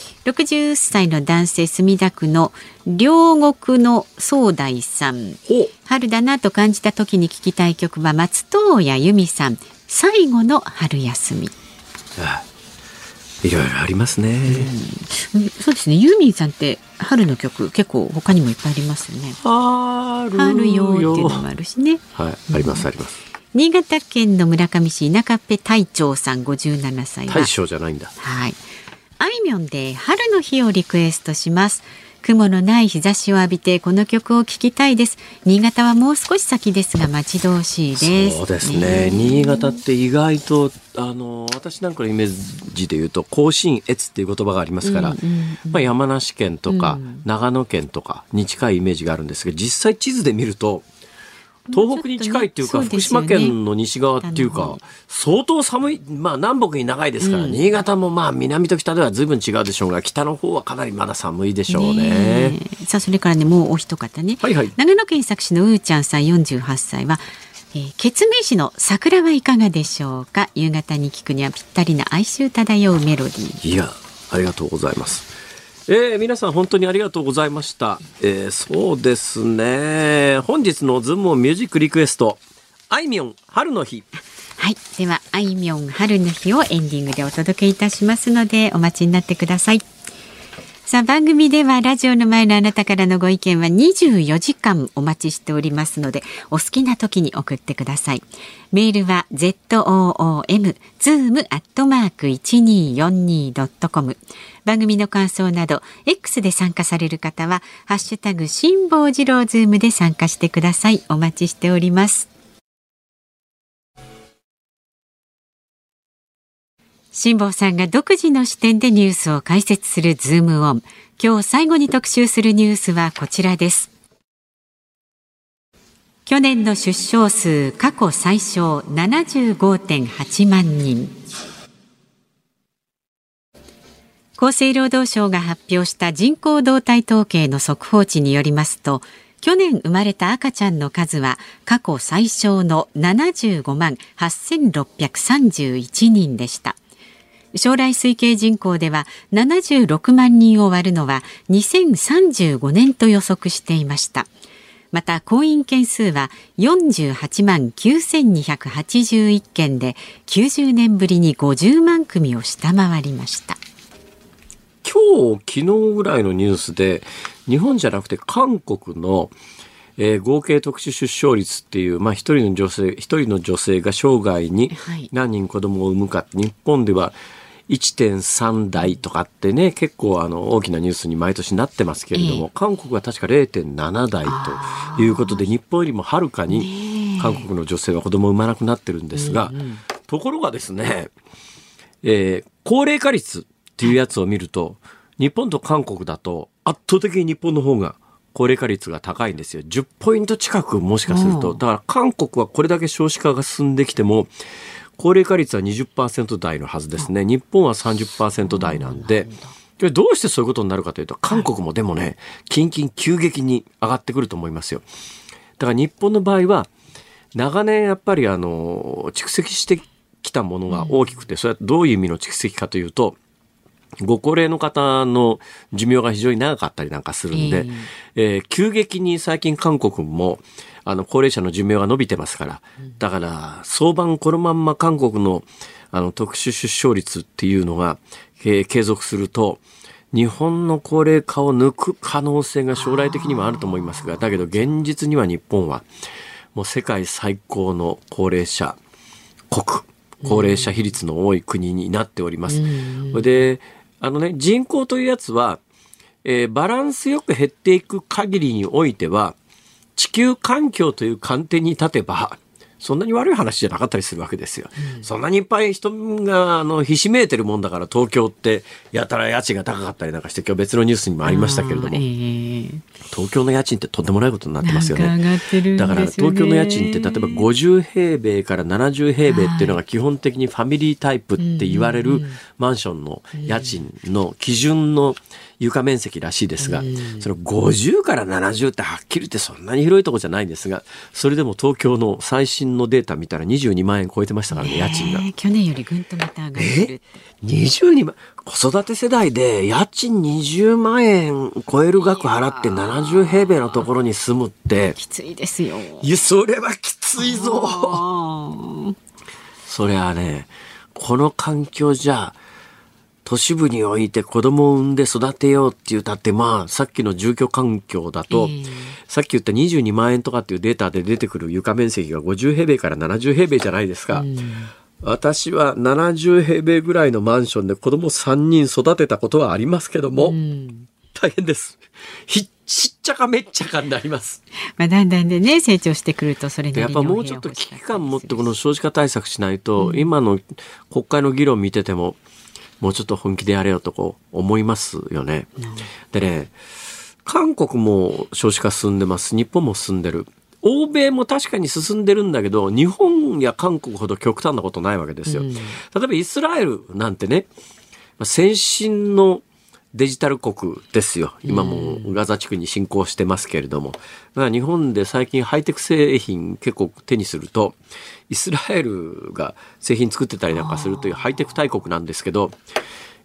Speaker 3: ろくじゅっさいの男性、墨田区の両国の総大さん、春だなと感じた時に聴きたい曲は松任谷由実さん、最後の春休み。
Speaker 2: ああ、いろいろありますね、
Speaker 3: うん、そうですね。ユーミンさんって春の曲結構他にもいっぱいありますよね。
Speaker 2: 春
Speaker 3: 春よっていうのもあるしね。
Speaker 2: はい、ありますあります。
Speaker 3: 新潟県の村上市中っぺ大長さん、ごじゅうななさいは
Speaker 2: 大将じゃないんだ。
Speaker 3: はい、あいみょんで春の日をリクエストします。雲のない日差しを浴びてこの曲を聴きたいです。新潟はもう少し先ですが待ち遠しいです。
Speaker 2: そうですね、新潟って意外とあの私なんかのイメージで言うと甲信越っていう言葉がありますから、うんうんうん、まあ、山梨県とか、うん、長野県とかに近いイメージがあるんですが、実際地図で見ると東北に近いっていうか、福島県の西側っていうか相当寒い、まあ南北に長いですから、うん、新潟もまあ南と北では随分違うでしょうが、北の方はかなりまだ寒いでしょうね。
Speaker 3: ね、さあ、それからね、もうお一方ね、はいはい、長野県佐久市のうーちゃんさん、よんじゅうはっさいは、えー、ケツメイシの桜はいかがでしょうか。夕方に聞くにはぴったりな哀愁漂うメロディー。
Speaker 2: いや、 ありがとうございます。えー、皆さん本当にありがとうございました。えー、そうですね。本日のズームオンミュージックリクエスト、あいみょん春の日。
Speaker 3: はい、ではあいみょん春の日をエンディングでお届けいたしますのでお待ちになってください。さあ、番組ではラジオの前のあなたからのご意見はにじゅうよじかんお待ちしておりますので、お好きな時に送ってください。メールは ズーム ズーム アットマーク いちにーよんにー ドットコム。番組の感想など X で参加される方はハッシュタグ辛坊治郎ズームで参加してください。お待ちしております。辛坊さんが独自の視点でニュースを解説するズームオン。今日最後に特集するニュースはこちらです。去年の出生数過去最小 ななじゅうごてんはちまんにん。厚生労働省が発表した人口動態統計の速報値によりますと、去年生まれた赤ちゃんの数は過去最小のななじゅうごまんはっせんろっぴゃくさんじゅういちにんでした。将来推計人口ではななじゅうろくまんにんを割るのはにせんさんじゅうごねんと予測していました。また婚姻件数はよんじゅうはちまんきゅうせんにひゃくはちじゅういっけんできゅうじゅうねんぶりにごじゅうまんくみを下回りました。
Speaker 2: 今日昨日ぐらいのニュースで日本じゃなくて韓国のえー、合計特殊出生率っていう、まあ、一人の女性一人の女性が生涯に何人子供を産むかって、はい、日本ではいってんさんだいとかってね、結構あの大きなニュースに毎年なってますけれども、えー、韓国は確か れいてんななだいということで日本よりもはるかに韓国の女性は子供を産まなくなってるんですが、うんうん、ところがですね、えー、高齢化率っていうやつを見ると日本と韓国だと圧倒的に日本の方が高齢化率が高いんですよ。じゅっポイント近くもしかすると。だから韓国はこれだけ少子化が進んできても高齢化率は にじゅっパーセント 台のはずですね。日本は さんじゅっパーセント 台なんで、どうしてそういうことになるかというと、韓国もでもね、近々急激に上がってくると思いますよ。だから日本の場合は長年やっぱりあの蓄積してきたものが大きくて、それはどういう意味の蓄積かというと、ご高齢の方の寿命が非常に長かったりなんかするんで、えーえー、急激に最近韓国もあの高齢者の寿命が伸びてますから、だから早晩このまんま韓国のあの特殊出生率っていうのが、えー、継続すると日本の高齢化を抜く可能性が将来的にはあると思いますが、だけど現実には日本はもう世界最高の高齢者国、高齢者比率の多い国になっております。うん、であのね、人口というやつは、えー、バランスよく減っていく限りにおいては地球環境という観点に立てばそんなに悪い話じゃなかったりするわけですよ。うん、そんなにいっぱい人があのひしめいてるもんだから東京ってやたら家賃が高かったりなんかして今日別のニュースにもありましたけれども、えー、東京の家賃ってとんでもないことになってますよね。
Speaker 3: なんか上がってるんですよね。
Speaker 2: だから東京の家賃って例えばごじゅうへいべいからななじゅうへいべいっていうのが基本的にファミリータイプって言われるマンションの家賃の基準の床面積らしいですが、そのごじゅうからななじゅうってはっきり言ってそんなに広いところじゃないんですが、それでも東京の最新のデータ見たらにじゅうにまんえん超えてましたからね、家賃が。
Speaker 3: 去年よりぐんとまた上がってる。
Speaker 2: にじゅうにまん、子育て世代で家賃にじゅうまんえん超える額払ってななじゅうへいべいのところに住むって
Speaker 3: きついですよ。
Speaker 2: いや、それはきついぞ。それはね、この環境じゃ都市部において子供を産んで育てようって言ったって、まあさっきの住居環境だと、えー、さっき言ったにじゅうにまんえんとかっていうデータで出てくる床面積がごじゅうへいべいからななじゅうへいべいじゃないですか。うん、私はななじゅうへいべいぐらいのマンションで子供さんにん育てたことはありますけども、うん、大変です。ひしっちゃかめっちゃかになります。
Speaker 3: まあだんだんでね、成長してくるとそれなり
Speaker 2: にやっぱもうちょっと危機感持ってこの少子化対策しないと、うん、今の国会の議論見ててももうちょっと本気でやれよとこう思いますよね。うん、でね、韓国も少子化進んでます。日本も進んでる。欧米も確かに進んでるんだけど、日本や韓国ほど極端なことないわけですよ。うん、例えばイスラエルなんてね、先進のデジタル国ですよ。今もガザ地区に侵攻してますけれども、だから日本で最近ハイテク製品結構手にすると、イスラエルが製品作ってたりなんかするというハイテク大国なんですけど、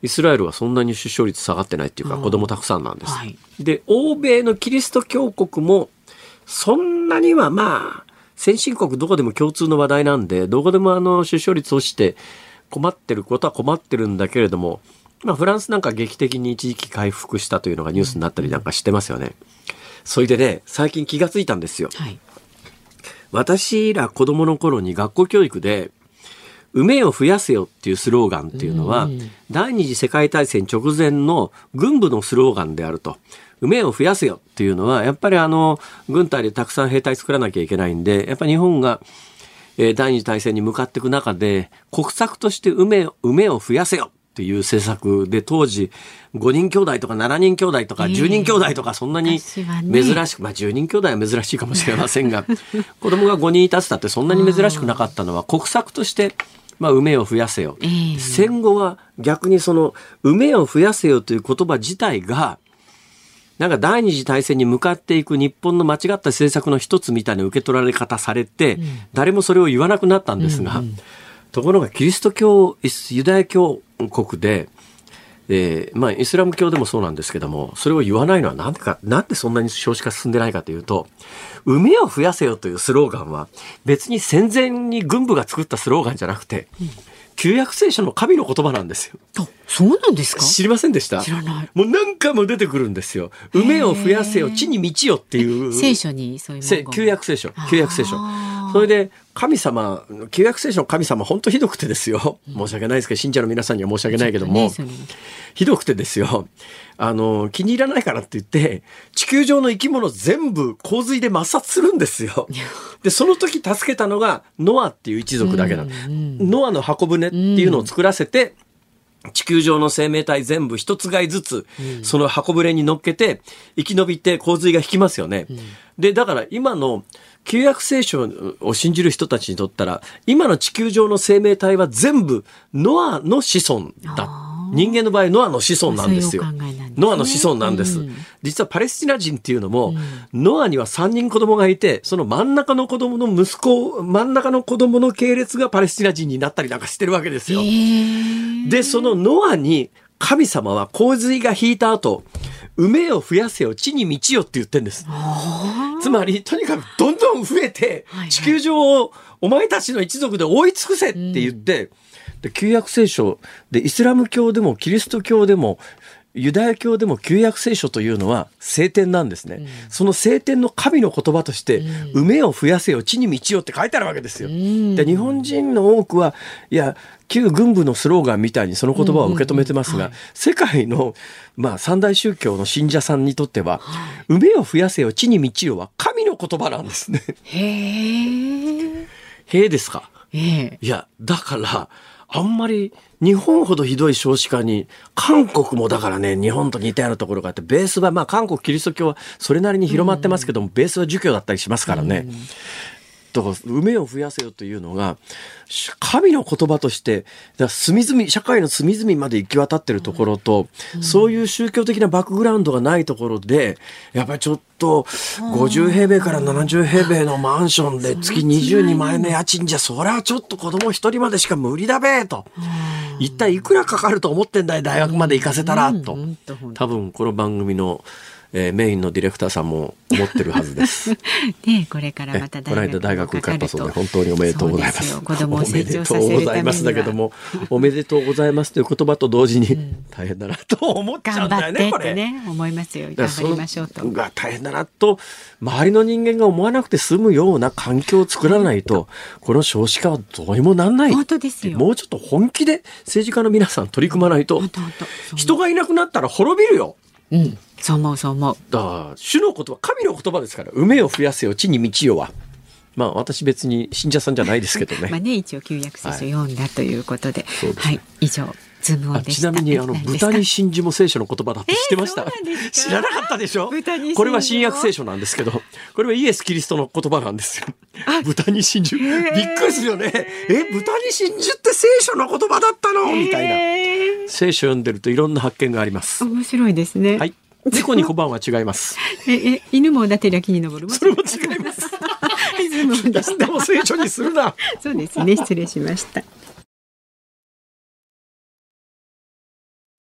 Speaker 2: イスラエルはそんなに出生率下がってないっていうか、子供たくさんなんです、はい、で欧米のキリスト教国もそんなにはまあ先進国どこでも共通の話題なんで、どこでもあの出生率落ちて困ってることは困ってるんだけれども、まあ、フランスなんか劇的に一時期回復したというのがニュースになったりなんかしてますよね。それでね、最近気がついたんですよ、はい、私ら子供の頃に学校教育で埋めを増やせよっていうスローガンっていうのは、第二次世界大戦直前の軍部のスローガンであると。埋めを増やせよっていうのは、やっぱりあの軍隊でたくさん兵隊作らなきゃいけないんで、やっぱり日本が第二次大戦に向かっていく中で、国策として埋め、埋めを増やせよっていう政策で、当時ごにん兄弟とかななにん兄弟とかじゅうにん兄弟とかそんなに珍しく、まあじゅうにん兄弟は珍しいかもしれませんが、子供がごにんいたつだってそんなに珍しくなかったのは、国策としてまあ、埋めを増やせよ、えー、戦後は逆にその埋めを増やせよという言葉自体がなんか第二次大戦に向かっていく日本の間違った政策の一つみたいな受け取られ方されて、うん、誰もそれを言わなくなったんですが、うんうん、ところがキリスト教ユダヤ教国で、えーまあ、イスラム教でもそうなんですけども、それを言わないのはなんでか、なんでそんなに少子化進んでないかというと、埋めを増やせよというスローガンは別に戦前に軍部が作ったスローガンじゃなくて、うん、旧約聖書の神の言葉なんですよ。
Speaker 3: あ、そうなんですか？
Speaker 2: 知りませんでした？
Speaker 3: 知らない。
Speaker 2: もう何回も出てくるんですよ。埋めを増やせよ、地に満ちよっていう。
Speaker 3: 聖書にそういう文言。
Speaker 2: 旧約聖書、旧約聖書。それで神様、旧約聖書の神様本当ひどくてですよ。申し訳ないですけど、信者の皆さんには申し訳ないけども、ね、ひどくてですよ。あの、気に入らないからって言って、地球上の生き物全部洪水で抹殺するんですよ。で、その時助けたのがノアっていう一族だけなの。うんうん、ノアの箱舟っていうのを作らせて、地球上の生命体全部一つ買いずつ、その箱舟に乗っけて、生き延びて洪水が引きますよね。うん、で、だから今の旧約聖書を信じる人たちにとったら、今の地球上の生命体は全部ノアの子孫だ。人間の場合ノアの子孫なんですよ。そういうお考えなんですね。ノアの子孫なんです、うん、実はパレスチナ人っていうのも、うん、ノアにはさんにん子供がいて、その真ん中の子供の息子、真ん中の子供の系列がパレスチナ人になったりなんかしてるわけですよ。で、そのノアに神様は洪水が引いた後、埋めを増やせよ、地に満ちよって言ってるんです。つまりとにかくどんどん増えて、はいはい、地球上をお前たちの一族で覆い尽くせって言って、うん、で旧約聖書でイスラム教でもキリスト教でもユダヤ教でも旧約聖書というのは聖典なんですね、うん、その聖典の神の言葉として、うん、埋めを増やせよ、地に満ちよって書いてあるわけですよ、うん、で日本人の多くはいや旧軍部のスローガンみたいにその言葉を受け止めてますが、うんうんうんはい、世界の、まあ、三大宗教の信者さんにとっては、はい、埋めを増やせよ、地に満ちよは神の言葉なんですね。
Speaker 3: へー。
Speaker 2: へーですか。
Speaker 3: えー、
Speaker 2: いやだからあんまり日本ほどひどい少子化に、韓国もだからね、日本と似たようなところがあって、ベースはまあ韓国キリスト教はそれなりに広まってますけども、うん、ベースは儒教だったりしますからね、うん、だから埋めを増やせよというのが神の言葉としてだ隅々社会の隅々まで行き渡ってるところと、うん、そういう宗教的なバックグラウンドがないところでやっぱりちょっとごじゅうへいべいからななじゅうへいべいのマンションで月にじゅうにまんえんの家賃じゃそれはちょっと子供一人までしか無理だべと、うん、一体いくらかかると思ってんだい大学まで行かせたらと、うん、多分この番組のえー、メインのディレクターさんも思ってるはずです。
Speaker 3: ね、これからまた大学
Speaker 2: この間大学受かったそうで本当におめでとうございます。
Speaker 3: 子供を成長させるためには
Speaker 2: おめでとうございますだけども、おめでとうございますという言葉と同時に、うん、大変だなと思っちゃうんだよね。
Speaker 3: 頑張ってってね思いますよ。頑張りましょうと。
Speaker 2: が大変だなと周りの人間が思わなくて済むような環境を作らないと、この少子化はどうにもなんない。
Speaker 3: 本当ですよ。
Speaker 2: もうちょっと本気で政治家の皆さん取り組まないと、本当本当人がいなくなったら滅びるよ。
Speaker 3: うん。そう思うそう思う。
Speaker 2: だから主の言葉、神の言葉ですから、埋めを増やせよ、地に満ちよは。まあ私別に信者さんじゃないですけどね。
Speaker 3: まあね、一応旧約聖書読んだということで、はい、はい、以上ズームオンでした。
Speaker 2: ちなみにあの豚に真珠も聖書の言葉だって知ってました？えー、知らなかったでしょ？これは新約聖書なんですけど、これはイエスキリストの言葉なんですよ。豚に真珠、えー、びっくりするよね。え、豚に真珠って聖書の言葉だったの、えー、みたいな。聖書読んでるといろんな発見があります。
Speaker 3: 面白いですね。
Speaker 2: はい。猫に小判は違います。
Speaker 3: え、え、犬もおだてりゃ木に登る。
Speaker 2: それも違います。でも聖書にするな。
Speaker 3: そうですね。失礼しました。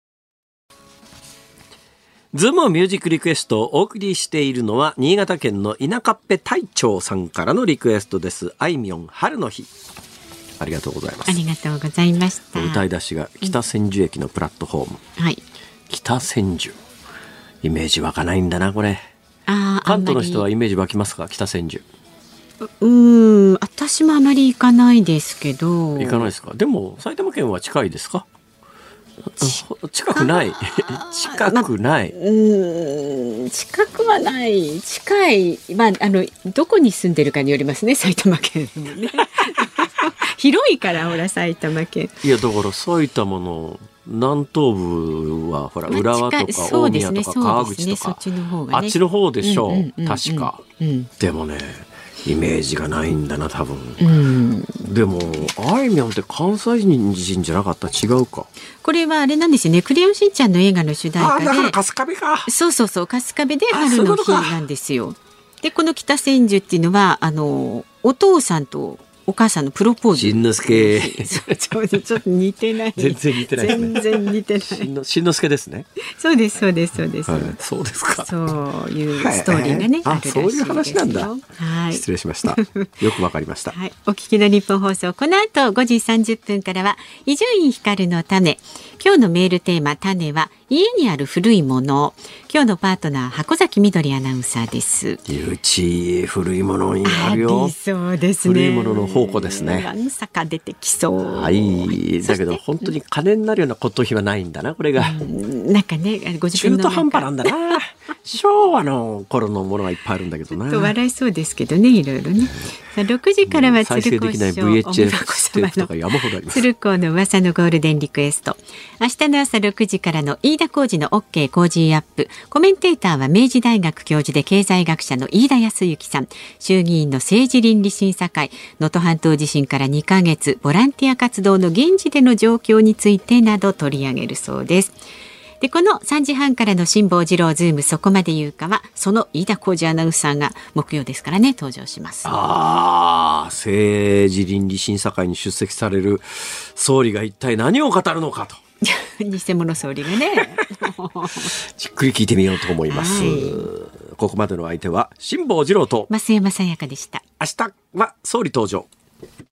Speaker 2: ズームミュージックリクエストをお送りしているのは新潟県の稲カッペ隊長さんからのリクエストです。あいみょん春の日。ありがとうございます。
Speaker 3: ありがとうございました。
Speaker 2: 歌い出しが北千住駅のプラットフォーム、うん、はい、北千住、イメージ湧かないんだなこれ。あ、関東の人はイメージ湧きますか？北千住。
Speaker 3: うーん、私もあまり行かないですけど。
Speaker 2: 行かないですか？でも埼玉県は近いですか？近くない近くない、
Speaker 3: ま、うん近くはない近い、まあ、あのどこに住んでるかによりますね埼玉県もね広いからほら埼玉県。
Speaker 2: いやだから埼玉の南東部はほら浦和とか大宮とか川口とか、
Speaker 3: そっちの方がね、
Speaker 2: あっちの方でしょう、うんうんうんうん、確か、
Speaker 3: うん、
Speaker 2: でもねイメージがないんだな多分、うん、でもあいみょんって関西人じゃなかった？違うか。
Speaker 3: これはあれなんですよね、クレヨンしんちゃんの映画の主題歌で。あ、だ
Speaker 2: から春日部か。
Speaker 3: そうそうそう、春日部で春の日なんですよ。でこの北千住っていうのはあのお父さんとお母さんのプロポーズ。
Speaker 2: しんのすけ。
Speaker 3: ちょっと似てない。
Speaker 2: 全然似てないですね。
Speaker 3: 全然似てない。
Speaker 2: しんの、しんのすけですね。
Speaker 3: そうですそうですそうです。
Speaker 2: はい、そうですか。
Speaker 3: そういうストーリーがね、はい、あるらしいですよ。
Speaker 2: あ、そういう話なんだ。
Speaker 3: はい。
Speaker 2: 失礼しました。よくわかりました。
Speaker 3: はい。お聞きの日本放送、この後ごじさんじゅっぷんからは伊集院光の種。今日のメールテーマ種は家にある古いもの。今日のパートナー箱崎みどりアナウンサーです。
Speaker 2: うち古いものにあるよ。
Speaker 3: ありそうですね。
Speaker 2: 古いものの宝庫ですね。
Speaker 3: 何さか出てきそう。
Speaker 2: はい。だけど本当に金になるような骨董品はないんだなこれが。
Speaker 3: んなんかね、ご自分の
Speaker 2: 中途半端なんだな。昭和の頃のものがいっぱいあるんだけどな。
Speaker 3: ちょっと笑いそうですけどね、いろいろね。ろくじからは
Speaker 2: 再生できない ブイエイチエス テープとか山ほどあります。
Speaker 3: 鶴光の噂のゴールデンリクエスト。明日の朝ろくじからの飯田浩司の OK 工事アップ。コメンテーターは明治大学教授で経済学者の飯田康之さん。衆議院の政治倫理審査会。能登半島地震からにかげつ、ボランティア活動の現地での状況についてなど取り上げるそうです。でこのさんじはんからの辛坊治郎ズームそこまで言うかはその飯田浩司アナウンサーが木曜ですからね登場します。
Speaker 2: ああ、政治倫理審査会に出席される総理が一体何を語るのかと
Speaker 3: 偽物総理がね
Speaker 2: じっくり聞いてみようと思います、はい、ここまでの相手は辛坊治郎と
Speaker 3: 増山さやかでした。
Speaker 2: 明日は総理登場。